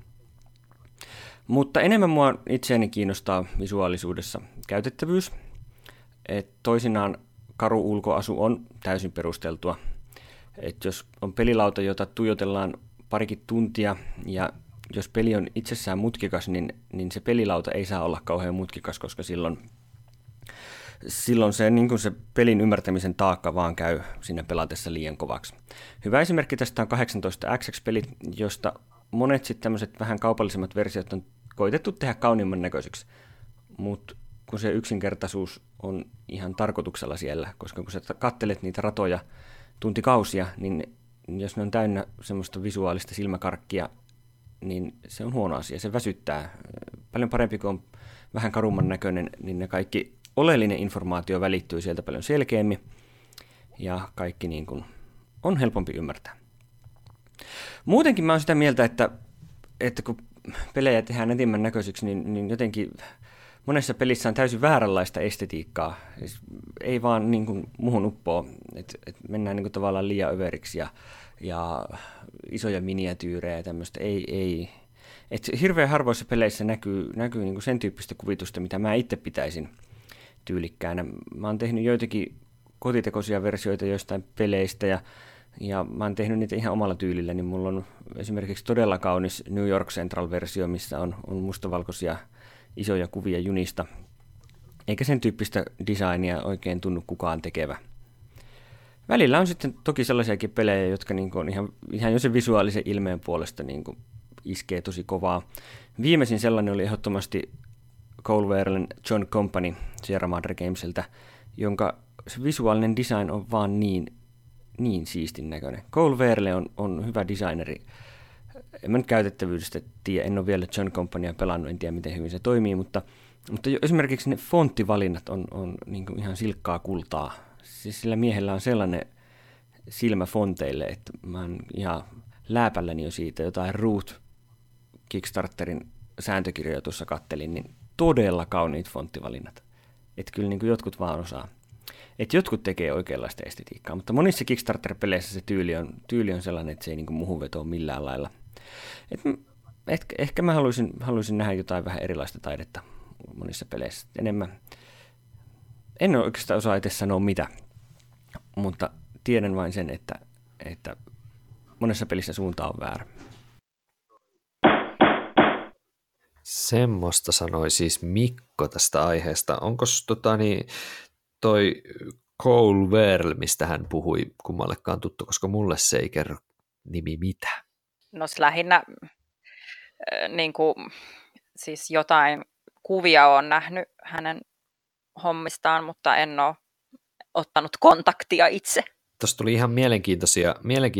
Mutta enemmän mua itseäni kiinnostaa visuaalisuudessa käytettävyys. Et toisinaan karu ulkoasu on täysin perusteltua. Et jos on pelilauta, jota tuijotellaan parikin tuntia, ja jos peli on itsessään mutkikas, niin se pelilauta ei saa olla kauhean mutkikas, koska silloin se, niin kuin se pelin ymmärtämisen taakka vaan käy siinä pelatessa liian kovaksi. Hyvä esimerkki tästä on 18XX-pelit, josta monet sitten tämmöiset vähän kaupallisemmat versiot on koitettu tehdä kauniimman näköisiksi, mutta kun se yksinkertaisuus on ihan tarkoituksella siellä, koska kun sä kattelet niitä ratoja tuntikausia, niin jos ne on täynnä semmoista visuaalista silmäkarkkia, niin se on huono asia, se väsyttää. Paljon parempi, kun on vähän karumman näköinen, niin ne kaikki oleellinen informaatio välittyy sieltä paljon selkeämmin, ja kaikki niin kuin on helpompi ymmärtää. Muutenkin mä oon sitä mieltä, että kun pelejä tehdään nätimmän näköisiksi, niin jotenkin monessa pelissä on täysin vääränlaista estetiikkaa. Siis ei vaan niin kuin muhun uppoo, että mennään niin kuin tavallaan liian överiksi ja isoja miniatyyrejä ja tämmöistä. Ei. Et hirveän harvoissa peleissä näkyy niin kuin sen tyyppistä kuvitusta, mitä mä itse pitäisin tyylikkäänä. Mä oon tehnyt joitakin kotitekoisia versioita joistain peleistä ja mä oon tehnyt niitä ihan omalla tyylillä, niin mulla on esimerkiksi todella kaunis New York Central-versio, missä on mustavalkoisia isoja kuvia junista, eikä sen tyyppistä designia oikein tunnu kukaan tekevä. Välillä on sitten toki sellaisiakin pelejä, jotka niin kuin on ihan jo sen visuaalisen ilmeen puolesta niin kuin iskee tosi kovaa. Viimeisin sellainen oli ehdottomasti Cole Verlen John Company Sierra Madre Gamesilta, jonka se visuaalinen design on vaan niin niin siistin näköinen. Cole Wehrle on hyvä designeri. En mä nyt käytettävyydestä tiedä, en ole vielä John Companyaa pelannut, en tiedä miten hyvin se toimii, mutta esimerkiksi ne fonttivalinnat on niin kuin ihan silkkaa kultaa. Siis sillä miehellä on sellainen silmä fonteille, että mä oon ihan lääpälläni jo siitä jotain Root Kickstarterin sääntökirjoja tuossa kattelin, niin todella kauniit fonttivalinnat. Että kyllä niin kuin jotkut vaan osaa. Että jotkut tekee oikeanlaista estetiikkaa, mutta monissa Kickstarter-peleissä se tyyli on sellainen, että se ei niin kuin muuhun vetoa millään lailla. Ehkä mä haluaisin nähdä jotain vähän erilaista taidetta monissa peleissä. Enemmän. En oikeastaan osaa itse sanoa mitä, mutta tiedän vain sen, että monessa pelissä suunta on väärä. Semmoista sanoi siis Mikko tästä aiheesta. Onko toi Cole Wehrle, mistä hän puhui, kummallekaan tuttu, koska mulle se ei kerro nimi mitään? No lähinnä niin kuin, siis jotain kuvia olen nähnyt hänen hommistaan, mutta en ole ottanut kontaktia itse. Tuossa tuli ihan mielenkiintoisia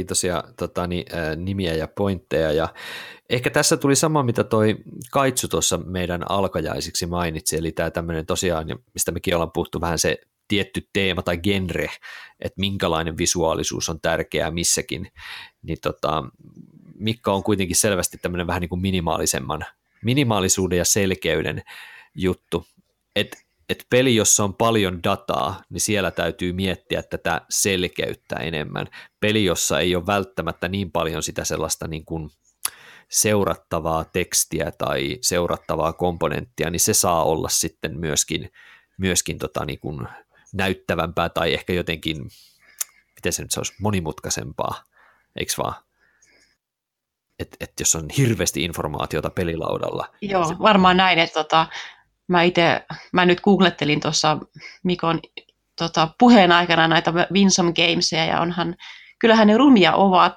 nimiä ja pointteja, ja ehkä tässä tuli sama, mitä toi Kaitsu tuossa meidän alkajaisiksi mainitsi, eli tämä tämmöinen tosiaan, mistä mekin ollaan puhuttu vähän se tietty teema tai genre, että minkälainen visuaalisuus on tärkeää missäkin, niin Mikko on kuitenkin selvästi tämmöinen vähän niin kuin minimaalisuuden ja selkeyden juttu, että peli, jossa on paljon dataa, niin siellä täytyy miettiä tätä selkeyttä enemmän. Peli, jossa ei ole välttämättä niin paljon sitä sellaista niin kuin seurattavaa tekstiä tai seurattavaa komponenttia, niin se saa olla sitten myöskin niin kuin näyttävämpää tai ehkä jotenkin, miten se nyt olisi, monimutkaisempaa, eikö vaan? Että jos on hirveästi informaatiota pelilaudalla. Joo, varmaan näin, että mä nyt googlettelin tuossa Mikon puheen aikana näitä Winsome Gamesia, ja kyllähän ne rumia ovat.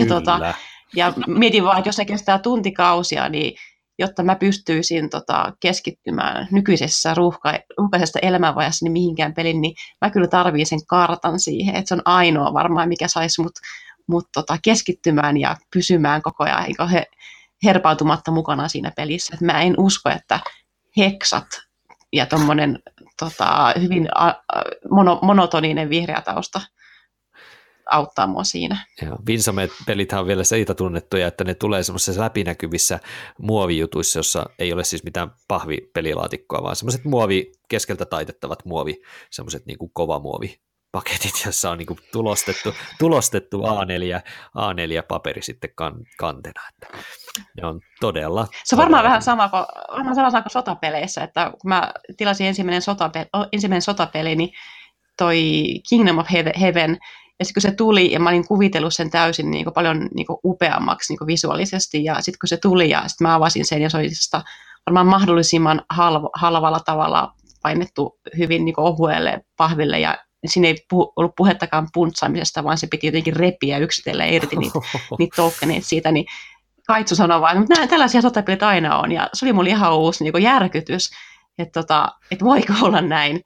Ja mietin vaan, että jos ne kestää tuntikausia, niin jotta mä pystyisin keskittymään nykyisessä ruuhkaisessa elämänvaiheessa niin mihinkään pelin, niin mä kyllä tarvitsen sen kartan siihen, että se on ainoa varmaan, mikä saisi mut keskittymään ja pysymään koko ajan herpautumatta mukana siinä pelissä. Et mä en usko, että heksat ja tuommoinen hyvin monotoninen vihreä tausta auttaa mua siinä. Winsome-pelithän on vielä siitä tunnettuja, että ne tulee semmoisissa läpinäkyvissä muovijutuissa, jossa ei ole siis mitään pahvipelilaatikkoa, vaan semmoiset keskeltä taitettavat semmoiset niin kuin kovamuovipaketit, jossa on niin kuin tulostettu A4-paperi sitten kantena. Että ne on todella... Se on varmaan vähän sama kuin sotapeleissä, että kun mä tilasin ensimmäinen sotapeli, niin toi Kingdom of Heaven, ja sitten kun se tuli, ja mä olin kuvitellut sen täysin niin kuin paljon niin kuin upeammaksi niin kuin visuaalisesti, ja sitten kun se tuli, ja sitten mä avasin sen, ja se oli varmaan mahdollisimman halvalla tavalla painettu hyvin niin kuin ohuelle pahville, ja siinä ei ollut puhettakaan puntsaamisesta, vaan se piti jotenkin repiä yksitellen irti niitä tokeneita siitä, niin Kaitsu sanoi vaan, että tällaisia sotapelit aina on, ja se oli mulle ihan uusi niin kuin järkytys, että voiko olla näin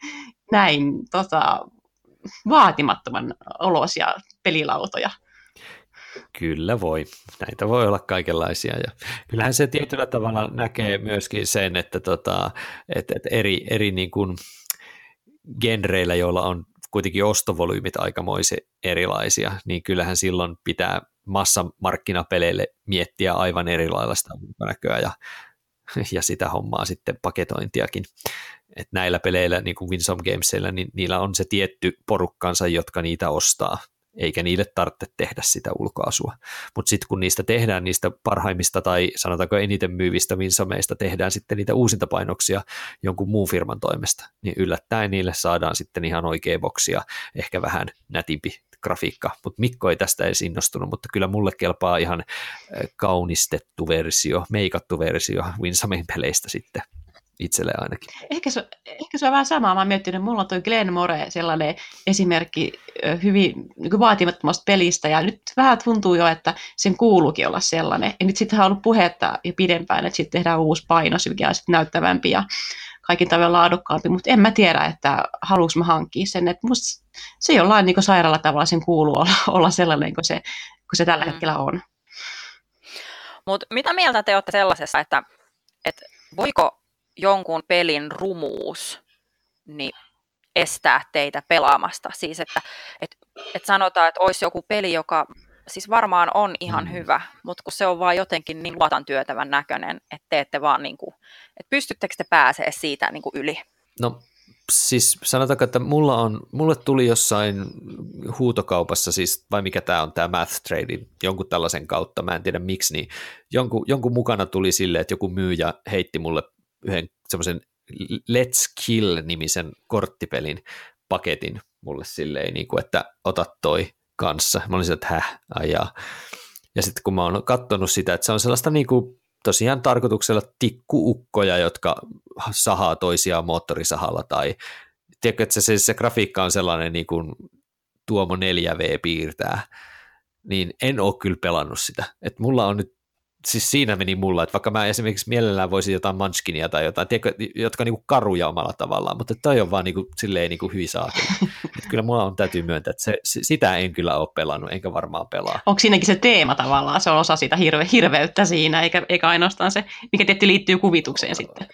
vaatimattoman olosia pelilautoja. Kyllä voi. Näitä voi olla kaikenlaisia. Ja kyllähän se tietyllä tavalla näkee myöskin sen, että eri niin kuin genreillä, joilla on kuitenkin ostovolyymit aikamoisen erilaisia, niin kyllähän silloin pitää massamarkkinapeleille miettiä aivan erilailla sitä ulkonäköä ja sitä hommaa sitten paketointiakin. Et näillä peleillä, niin kuin Winsome Gamesilla, niin niillä on se tietty porukkansa, jotka niitä ostaa, eikä niille tarvitse tehdä sitä ulkoasua. Mutta sitten kun niistä tehdään, niistä parhaimmista tai sanotaanko eniten myyvistä Winsomeista tehdään sitten niitä uusintapainoksia jonkun muun firman toimesta, niin yllättäen niille saadaan sitten ihan oikea boksi ja ehkä vähän nätimpi grafiikka, mutta Mikko ei tästä edes innostunut, mutta kyllä mulle kelpaa ihan kaunistettu versio, meikattu versio Winsomen peleistä sitten itselle ainakin. Ehkä se on vähän samaa. Mä oon miettinyt, että mulla on toi Glenmore sellainen esimerkki hyvin vaatimattomasta pelistä, ja nyt vähän tuntuu jo, että sen kuuluukin olla sellainen. Ja nyt sitten on ollut puhetta jo pidempään, että sitten tehdään uusi painos, mikä on sitten näyttävämpi ja kaikin tavoin laadukkaampi, mutta en mä tiedä, että haluanko mä hankkia sen. Että musta se jollain niin sairaalla tavalla sen kuuluu olla sellainen kuin se tällä hetkellä on. Mutta mitä mieltä te olette sellaisessa, että voiko jonkun pelin rumuus niin estää teitä pelaamasta? Siis että sanotaan, että olisi joku peli, joka siis varmaan on ihan hyvä, mutta kun se on vaan jotenkin niin luotan työtävän näköinen, että te ette vaan niin kuin, että pystyttekö te pääsee siitä niin kuin yli? No siis sanotaanko, että mulle tuli jossain huutokaupassa, siis vai mikä tämä on, tämä Math Trade, jonkun tällaisen kautta, mä en tiedä miksi, niin jonkun mukana tuli silleen, että joku myyjä heitti mulle yhden semmoisen Let's Kill-nimisen korttipelin paketin mulle silleen, niin kuin, että ota toi kanssa. Mä olin että ja sitten kun mä oon katsonut sitä, että se on sellaista niin kuin tosiaan tarkoituksella tikkuukkoja, jotka sahaa toisiaan moottorisahalla, tai tiedätkö, että se grafiikka on sellainen niin kuin Tuomo 4V piirtää, niin en ole kyllä pelannut sitä. Että mulla on nyt, siis siinä meni mulla, että vaikka mä esimerkiksi mielellään voisin jotain Munchkinia tai jotain, tiedätkö, jotka on niin kuin karuja omalla tavallaan, mutta toi on vaan niin kuin, silleen niin kuin hyvin saatella. Että kyllä mulla on täytyy myöntää, että sitä en kyllä ole pelannut, enkä varmaan pelaa. Onko siinäkin se teema tavallaan, se on osa sitä hirveyttä siinä, eikä ainoastaan se, mikä tietysti liittyy kuvitukseen sitten?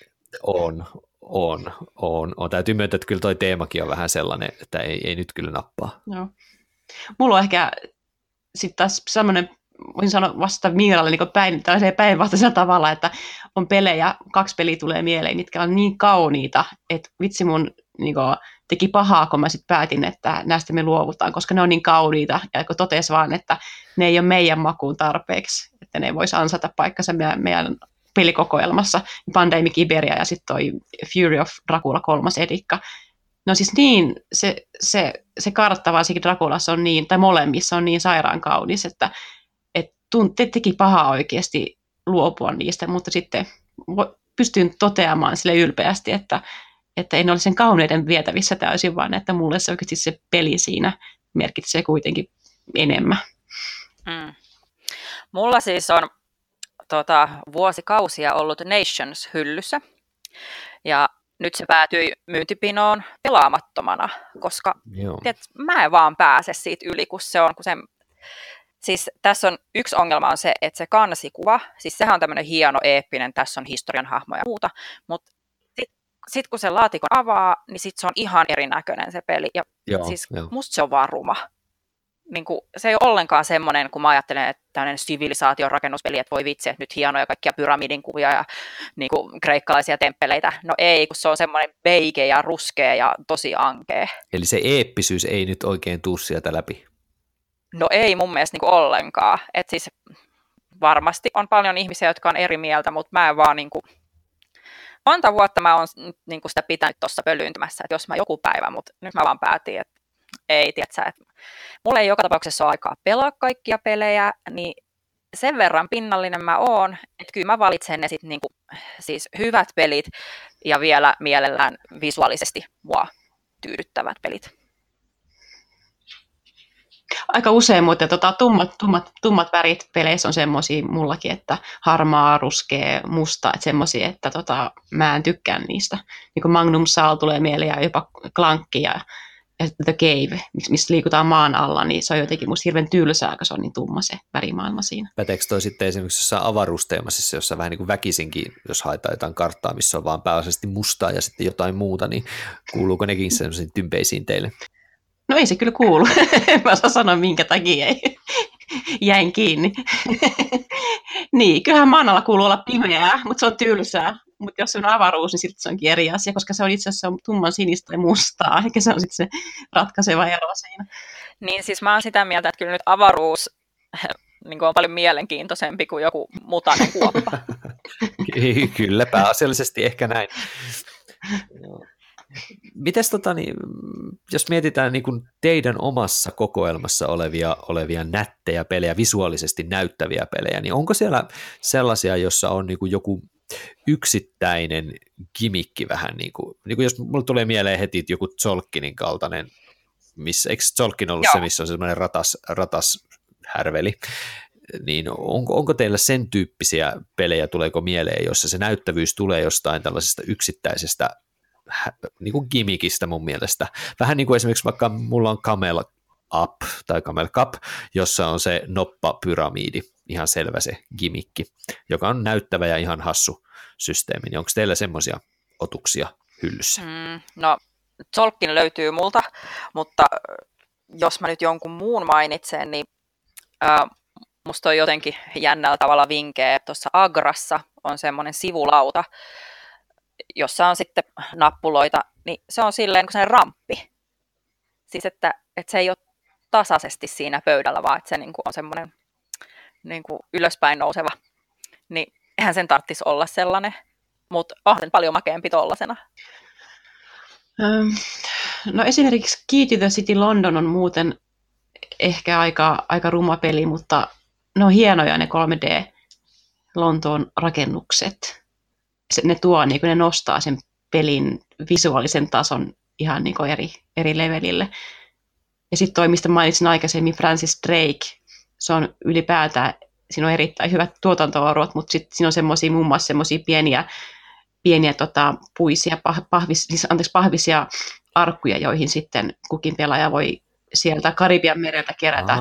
On. Täytyy myöntää, että kyllä toi teemakin on vähän sellainen, että ei nyt kyllä nappaa. Joo. Mulla on ehkä sitten taas semmoinen, voisin sanoa vasta Miiralle niin päinvastaisella tavalla, että on pelejä, 2 peliä tulee mieleen, mitkä on niin kauniita, että vitsi mun niin kuin, teki pahaa, kun mä sitten päätin, että näistä me luovutaan, koska ne on niin kauniita, ja kun totesi vaan, että ne ei ole meidän makuun tarpeeksi, että ne voisi ansata paikkansa meidän pelikokoelmassa, Pandemic Iberia ja sitten toi Fury of Dracula 3. edikka. No siis niin, se kartta varsinkin Draculassa on niin, tai molemmissa on niin sairaan kaunis, että teki pahaa oikeasti luopua niistä, mutta sitten pystyn toteamaan sille ylpeästi, että en ole sen kauneuden vietävissä täysin, vaan että mulle se oikeasti se peli siinä merkitsee kuitenkin enemmän. Mulla siis on vuosikausia ollut Nations hyllyssä, ja nyt se päätyi myyntipinoon pelaamattomana, koska mä en vaan pääse siitä yli, kun se siis tässä on yksi ongelma on se, että se kansikuva, siis sehän on tämmöinen hieno, eeppinen, tässä on historian hahmoja ja muuta, mutta sitten kun se laatikon avaa, niin sitten se on ihan erinäköinen se peli, ja musta se on vaan ruma. Niin kuin, se ei ole ollenkaan semmoinen, kun mä ajattelen, että tämmöinen sivilisaation rakennuspeli, että voi vitsi, että nyt hienoja kaikkia pyramidin kuvia ja niin kuin kreikkalaisia temppeleitä. No ei, kun se on semmoinen beige ja ruskea ja tosi ankea. Eli se eeppisyys ei nyt oikein tuu sieltä läpi? No ei mun mielestä niin kuin ollenkaan. Et siis varmasti on paljon ihmisiä, jotka on eri mieltä, mutta mä en vaan niin kuin, monta vuotta mä oon niin kuin sitä pitänyt tuossa pölyyntymässä, että jos mä joku päivä, mutta nyt mä vaan päätin, että ei, tiedätkö, että mulla ei joka tapauksessa ole aikaa pelaa kaikkia pelejä, niin sen verran pinnallinen mä oon, että kyllä mä valitsen ne sit niinku, siis hyvät pelit ja vielä mielellään visuaalisesti mua tyydyttävät pelit. Aika usein muuten tummat värit peleissä on semmoisia mullakin, että harmaa, ruskea, musta, että semmoisia, että mä en tykkää niistä. Niin kuin Magnum Sal tulee mieleen ja jopa Klankki ja The Cave, missä liikutaan maan alla, niin se on jotenkin musta hirveän tylsää, kun se on niin tumma se värimaailma siinä. Päteekö toi sitten esimerkiksi jossain avaruusteemasissa, jossa vähän niin kuin väkisinkin, jos haetaan jotain karttaa, missä on vaan pääasiallisesti mustaa ja sitten jotain muuta, niin kuuluuko nekin sellaisiin tympeisiin teille? No ei se kyllä kuulu. Mä osaan sanoa, minkä takia jäin kiinni. Niin, kyllähän maan alla kuuluu olla pimeää, mutta se on tylsää. Mutta jos se on avaruus, niin sitten se onkin eri asia, koska se on itse asiassa tumman sinistä tai mustaa, eikä se on sitten se ratkaiseva ero siinä. Niin siis mä oon sitä mieltä, että kyllä nyt avaruus niin on paljon mielenkiintoisempi kuin joku mutainen kuoppa. Kyllä, pääasiallisesti ehkä näin. Mites jos mietitään niin kuin teidän omassa kokoelmassa olevia nättejä pelejä, visuaalisesti näyttäviä pelejä, niin onko siellä sellaisia, jossa on niin kuin joku yksittäinen gimikki vähän, niin kuin jos mulle tulee mieleen heti joku Tzolkinin kaltainen, eikö Tzolkin ollut se, missä on semmoinen ratas härveli, niin onko teillä sen tyyppisiä pelejä, tuleeko mieleen, jossa se näyttävyys tulee jostain tällaisesta yksittäisestä niin kuin gimmickistä mun mielestä. Vähän niin kuin esimerkiksi vaikka mulla on Camel Up tai Camel Cup, jossa on se noppapyramiidi, ihan selvä se gimmikki, joka on näyttävä ja ihan hassu systeemi. Niin onko teillä semmoisia otuksia hyllyssä? No, Zolkin löytyy multa, mutta jos mä nyt jonkun muun mainitsen, niin musta on jotenkin jännällä tavalla vinkkejä. Tuossa Agrassa on semmoinen sivulauta, jossa on sitten nappuloita, niin se on silleen kuin se ramppi. Siis että se ei ole tasaisesti siinä pöydällä, vaan että se niin kuin on semmoinen niin kuin ylöspäin nouseva. Niin eihän sen tarvitsisi olla sellainen, mutta onhan sen paljon makeampi tollasena. No esimerkiksi Key to the City London on muuten ehkä aika ruma peli, mutta ne on hienoja ne 3D Lontoon rakennukset. Ne tuo, niin ne nostaa sen pelin visuaalisen tason ihan niin kuin eri levelille. Ja sitten toi, mistä mainitsin aikaisemmin, Francis Drake, se on ylipäätään, siinä on erittäin hyvät tuotantoarvot, mutta sitten siinä on muun muassa semmoisia pieniä puisia, pahvisia arkkuja, joihin sitten kukin pelaaja voi sieltä Karibian mereltä kerätä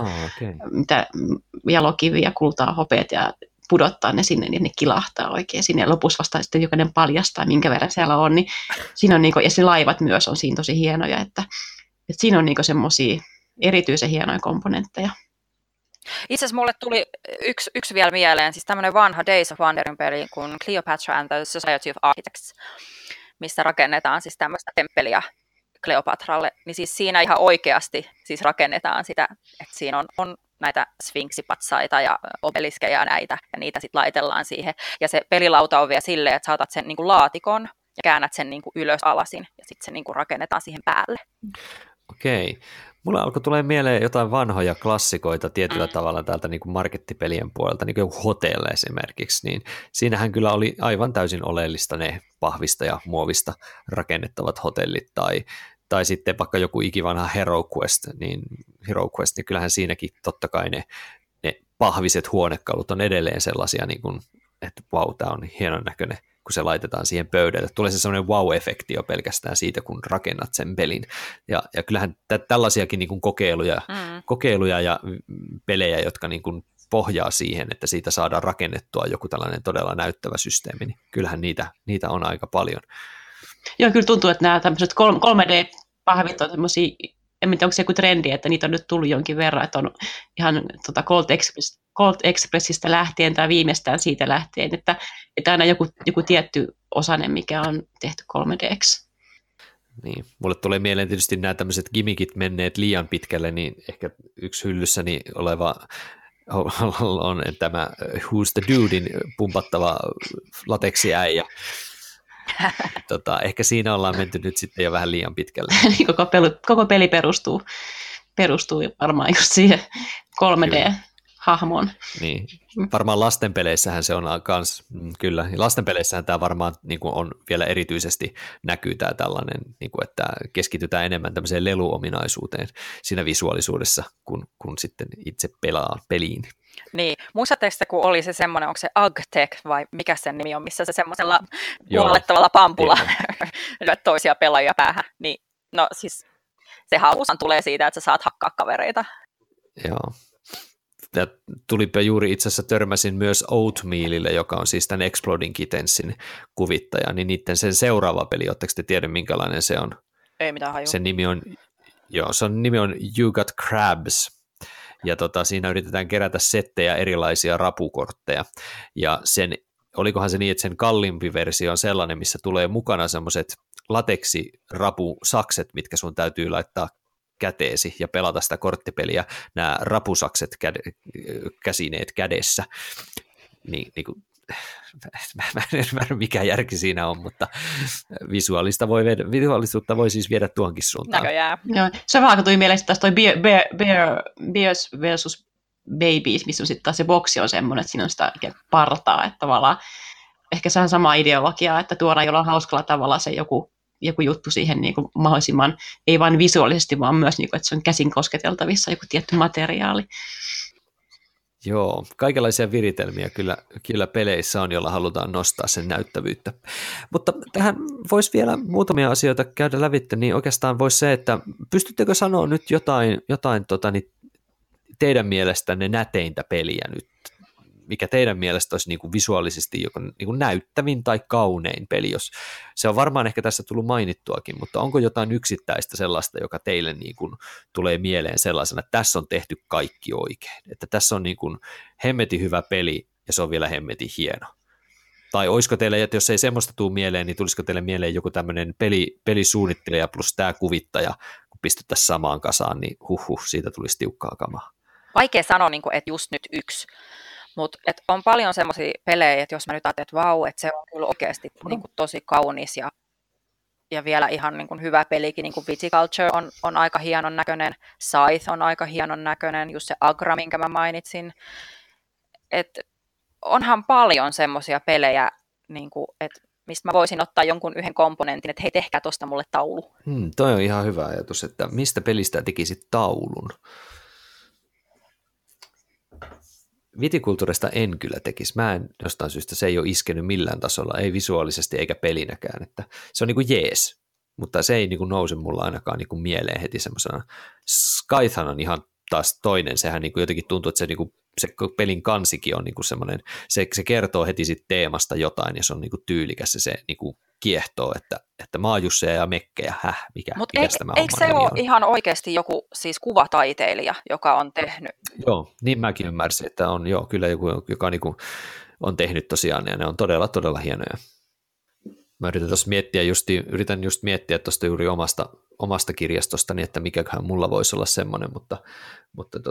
jalokiviä, kultaa, hopeat ja pudottaa ne sinne, niin ne kilahtaa oikein sinne. Ja lopussa vasta sitten jokainen paljastaa, minkä verran siellä on. Niin siinä on ja se laivat myös on siinä tosi hienoja, että siinä on semmoisia erityisen hienoja komponentteja. Itse asiassa mulle tuli yksi vielä mieleen, siis tämmöinen vanha Days of Wonderin peli kuin Cleopatra and the Society of Architects, missä rakennetaan siis tämmöistä temppeliä Kleopatralle, niin siis siinä ihan oikeasti siis rakennetaan sitä, että siinä on näitä sfinksipatsaita ja obeliskeja ja näitä, ja niitä sitten laitellaan siihen. Ja se pelilauta on vielä silleen, että saatat sen niin kuin laatikon ja käännät sen niin kuin ylös alasin, ja sitten se niin kuin rakennetaan siihen päälle. Okei. Mulla alkoi tulee mieleen jotain vanhoja klassikoita tietyllä tavalla täältä niin kuin markettipelien puolelta, niin kuin Hotel esimerkiksi, niin siinähän kyllä oli aivan täysin oleellista ne pahvista ja muovista rakennettavat hotellit, tai sitten vaikka joku ikivanha Hero Quest, niin kyllähän siinäkin totta kai ne pahviset huonekalut on edelleen sellaisia, niin kuin, että vau, tämä on hienon näköinen, kun se laitetaan siihen pöydälle. Tulee se sellainen wow-efekti jo pelkästään siitä, kun rakennat sen pelin. Ja kyllähän tällaisiakin niin kuin kokeiluja ja pelejä, jotka niin kuin pohjaa siihen, että siitä saadaan rakennettua joku tällainen todella näyttävä systeemi, niin kyllähän niitä on aika paljon. Joo, kyllä tuntuu, että nämä tämmöiset 3D-pahvit on semmoisia, en tiedä, onko se joku trendi, että niitä on nyt tullut jonkin verran, että on ihan Cold Expressistä lähtien tai viimeistään siitä lähtien, että aina joku tietty osanen, mikä on tehty 3D:ksi. Niin, mulle tulee mieleen tietysti nämä tämmöiset gimmickit menneet liian pitkälle, niin ehkä yksi hyllyssäni oleva on tämä Who's the Dudein pumpattava lateksiäijä. Ehkä siinä ollaan menty nyt sitten jo vähän liian pitkälle. Koko peli perustuu varmaan just siihen 3D-hahmoon. Niin. Varmaan lastenpeleissähän se on kans, kyllä. Lastenpeleissähän tämä varmaan niin kuin on vielä erityisesti näkyy tämä tällainen, niin kuin, että keskitytään enemmän tämmöiseen leluominaisuuteen siinä visuaalisuudessa, kun sitten itse pelaa peliin. Niin, muistatteko, kun oli se semmoinen, onko se Agtech vai mikä sen nimi on, missä se semmoisella kuollettavalla pampulla lyöt toisia pelaajia päähän, niin no siis se hausaan tulee siitä, että sä saat hakkaa kavereita. Joo. Ja tulipa juuri itse asiassa törmäsin myös Oatmealille, joka on siis tämän Exploding Kittensin kuvittaja, niin niiden sen seuraava peli, ootteko te tiedä minkälainen se on? Ei mitään hajua. Sen nimi on You Got Crabs. Ja siinä yritetään kerätä settejä erilaisia rapukortteja, ja olikohan se niin, että sen kalliimpi versio on sellainen, missä tulee mukana semmoiset lateksirapusakset, mitkä sun täytyy laittaa käteesi ja pelata sitä korttipeliä, nämä rapusakset käsineet kädessä, niin kuin, mä en ymmärrä mikä järki siinä on, mutta visuaalisuutta voi siis viedä tuonkin suuntaan. Näköjään. Joo, se vaan tuli mieleen taas toi Bears versus Babies, missä on sitten taas se boksi on semmoinen, että siinä on sitä partaa, että tavallaan ehkä se on sama ideologia, että tuodaan jollain hauskalla tavalla se joku juttu siihen niin kuin mahdollisimman, ei vain visuaalisesti, vaan myös, niin kuin, että se on käsin kosketeltavissa joku tietty materiaali. Joo, kaikenlaisia viritelmiä kyllä peleissä on, jolla halutaan nostaa sen näyttävyyttä. Mutta tähän voisi vielä muutamia asioita käydä lävitse, niin oikeastaan voisi se, että pystyttekö sanoa nyt jotain teidän mielestänne näteintä peliä nyt, mikä teidän mielestä olisi niin kuin visuaalisesti joko niin kuin näyttävin tai kaunein peli, jos se on varmaan ehkä tässä tullut mainittuakin, mutta onko jotain yksittäistä sellaista, joka teille niin kuin tulee mieleen sellaisena, että tässä on tehty kaikki oikein, että tässä on niin kuin hemmetin hyvä peli ja se on vielä hemmetin hieno. Tai olisiko teille, että jos ei semmoista tule mieleen, niin tulisiko teille mieleen joku tämmöinen pelisuunnittelija plus tämä kuvittaja, kun pistettäisiin samaan kasaan, niin siitä tulisi tiukkaa kamaa. Vaikea sanoa, että just nyt yksi. Mutta on paljon semmoisia pelejä, että jos mä nyt ajattelen, että vau, että se on kyllä oikeasti tosi kaunis ja vielä ihan hyvä pelikin, niin kuin Viticulture on aika hienon näköinen, Scythe on aika hienon näköinen, just se Agra, minkä mä mainitsin. Et onhan paljon semmoisia pelejä, että mistä mä voisin ottaa jonkun yhden komponentin, että hei, tehkää tosta mulle taulu. Toi on ihan hyvä ajatus, että mistä pelistä tekisit taulun? Viticulturesta en kyllä tekisi. Mä en jostain syystä, se ei ole iskenyt millään tasolla, ei visuaalisesti eikä pelinäkään. Että se on niin kuin jees, mutta se ei niin kuin nouse mulla ainakaan niin kuin mieleen heti semmoisena. Scythe on ihan taas toinen, sehän niin kuin jotenkin tuntuu, että se, niin kuin, se pelin kansikin on niin kuin semmoinen, se kertoo heti sit teemasta jotain ja se on niin kuin tyylikäs ja se niin kuin kiehtoo, että maajusseja ja mekkejä, mikä tämä eikö se ole ihan oikeasti joku siis kuvataiteilija, joka on tehnyt? Joo, niin mäkin ymmärsin, että on kyllä joku, joka niinku on tehnyt tosiaan, ja ne on todella, todella hienoja. Mä yritän just miettiä tuosta juuri omasta kirjastostani, että mikäköhän mulla voisi olla semmoinen, mutta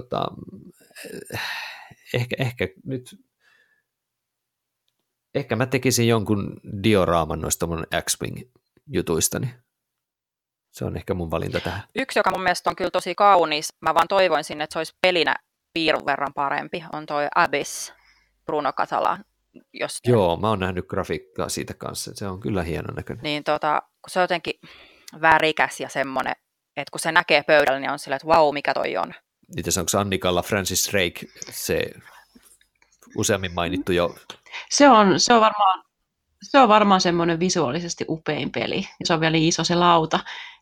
ehkä mä tekisin jonkun dioraaman noista mun X-Wing-jutuista, niin se on ehkä mun valinta tähän. Yksi, joka mun mielestä on kyllä tosi kaunis, mä vaan toivoisin, että se olisi pelinä piirun verran parempi, on toi Abyss, Bruno Catalan. Joo, mä oon nähnyt grafiikkaa siitä kanssa, se on kyllä hienon näköinen. Niin kun se on jotenkin värikäs ja semmoinen, että kun se näkee pöydällä, niin on silleen, että vau, mikä toi on. Niitä onko Annikalla Francis Drake, se useammin mainittu jo? Se on varmaan semmoinen visuaalisesti upein peli, ja se on vielä niin iso se lauta.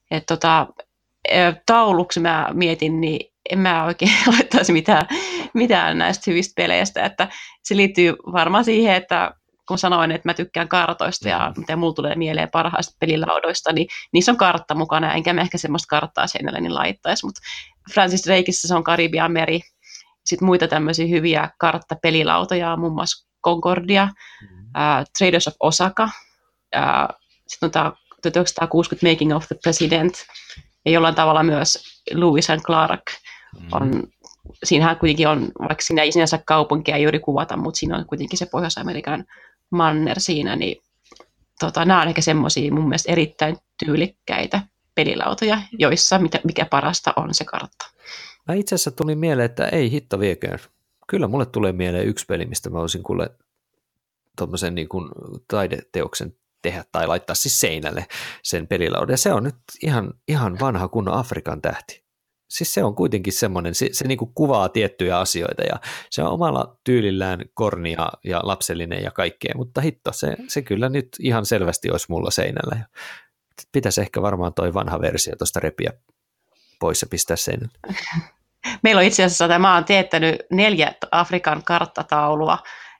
Tauluksi mä mietin, niin en mä oikein laittaisi mitään näistä hyvistä peleistä, että se liittyy varmaan siihen, että kun sanoin, että mä tykkään kartoista ja mitä mulla tulee mieleen parhaista pelilaudoista, niin niissä on kartta mukana, enkä mä ehkä semmoista karttaa seinälle niin laittaisi, mutta Francis Drakeissa se on Karibian meri, sitten muita tämmöisiä hyviä karttapelilautoja, muun muassa Concordia, Traders of Osaka, sitten on tämä 1960 Making of the President, ja jollain tavalla myös Lewis and Clark siinähän kuitenkin on, vaikka siinä ei sinänsä kaupunkia juuri kuvata, mutta siinä on kuitenkin se Pohjois-Amerikan manner siinä, niin nämä on ehkä semmoisia mun mielestä erittäin tyylikkäitä pelilautoja, joissa mikä parasta on se kartta. Mä itse asiassa tuli mieleen, että ei hitto viekään. Kyllä mulle tulee mieleen yksi peli, mistä mä olisin kuule tuommoisen niin kuin taideteoksen tehdä tai laittaa siis seinälle sen pelilaudan. Ja se on nyt ihan vanha kunnon Afrikan tähti. Siis se on kuitenkin semmoinen, se niin kuin kuvaa tiettyjä asioita ja se on omalla tyylillään kornia ja lapsellinen ja kaikkea, mutta hitto, se kyllä nyt ihan selvästi olisi mulla seinällä. Pitäisi ehkä varmaan toi vanha versio tuosta repiä pois ja pistää seinälle. Meillä on itse asiassa, mä oon teettänyt 4 Afrikan karttataulua,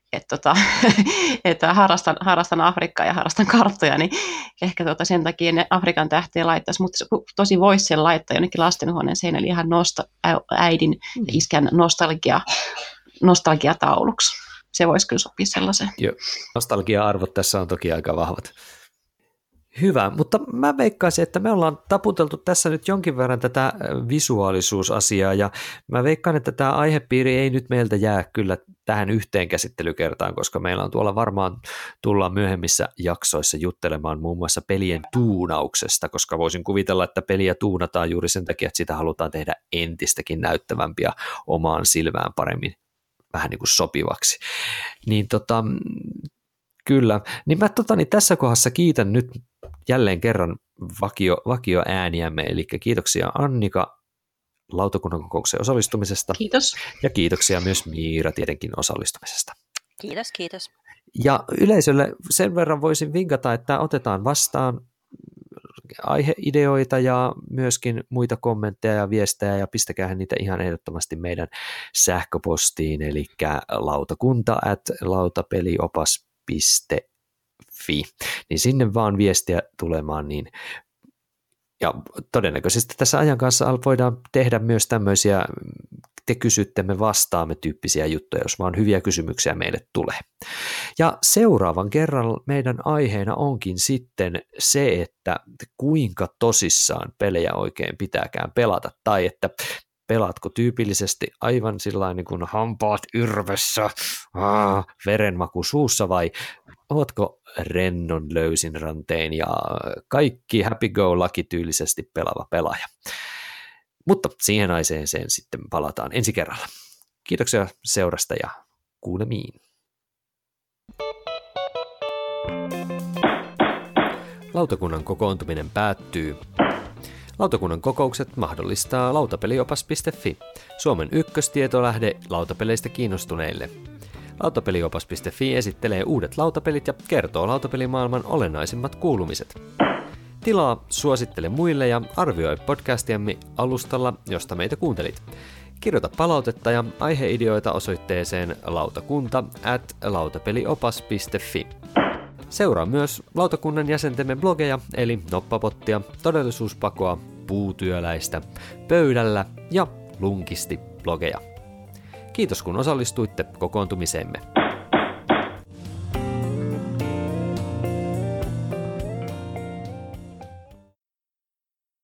että harrastan Afrikkaa ja harrastan karttoja, niin ehkä sen takia ne Afrikan tähteä laittaisi, mutta tosi voisi sen laittaa jonnekin lastenhuoneen seinälle ihan äidin ja iskän nostalgiatauluksi. Se voisi kyllä sopia sellaiseen. Joo, nostalgia-arvot tässä on toki aika vahvat. Hyvä, mutta mä veikkaisin, että me ollaan taputeltu tässä nyt jonkin verran tätä visuaalisuusasiaa ja mä veikkaan, että tämä aihepiiri ei nyt meiltä jää kyllä tähän yhteen käsittelykertaan, koska meillä on tuolla varmaan tullaan myöhemmissä jaksoissa juttelemaan muun muassa pelien tuunauksesta, koska voisin kuvitella, että peliä tuunataan juuri sen takia, että sitä halutaan tehdä entistäkin näyttävämpiä omaan silmään paremmin vähän niin kuin sopivaksi. Niin kyllä, niin mä tässä kohdassa kiitän nyt jälleen kerran vakio ääniämme, eli kiitoksia Annika lautakunnan kokoukseen osallistumisesta. Kiitos. Ja kiitoksia myös Miira tietenkin osallistumisesta. Kiitos. Ja yleisölle sen verran voisin vinkata, että otetaan vastaan aiheideoita ja myöskin muita kommentteja ja viestejä ja pistäkää niitä ihan ehdottomasti meidän sähköpostiin, eli lautakunta@lautapeliopas.fi, niin sinne vaan viestiä tulemaan, niin ja todennäköisesti tässä ajan kanssa voidaan tehdä myös tämmöisiä te kysytte, me vastaamme tyyppisiä juttuja, jos vaan hyviä kysymyksiä meille tulee. Ja seuraavan kerran meidän aiheena onkin sitten se, että kuinka tosissaan pelejä oikein pitääkään pelata, tai että pelaatko tyypillisesti aivan sillain niin kuin hampaat yrvessä, verenmaku suussa, vai ootko rennon löysin rantein ja kaikki happy-go-lucky tyylisesti pelaava pelaaja. Mutta siihen aiheeseen sitten palataan ensi kerralla. Kiitoksia seurasta ja kuulemiin. Lautakunnan kokoontuminen päättyy. Lautakunnan kokoukset mahdollistaa lautapeliopas.fi, Suomen ykköstietolähde lautapeleistä kiinnostuneille. Lautapeliopas.fi esittelee uudet lautapelit ja kertoo lautapelimaailman olennaisimmat kuulumiset. Tilaa, suosittele muille ja arvioi podcastiamme alustalla, josta meitä kuuntelit. Kirjoita palautetta ja aiheideoita osoitteeseen lautakunta@lautapeliopas.fi. Seuraa myös lautakunnan jäsentemme blogeja, eli Noppapottia, Todellisuuspakoa, Puutyöläistä, Pöydällä ja Lunkisti blogeja. Kiitos kun osallistuitte kokoontumiseemme.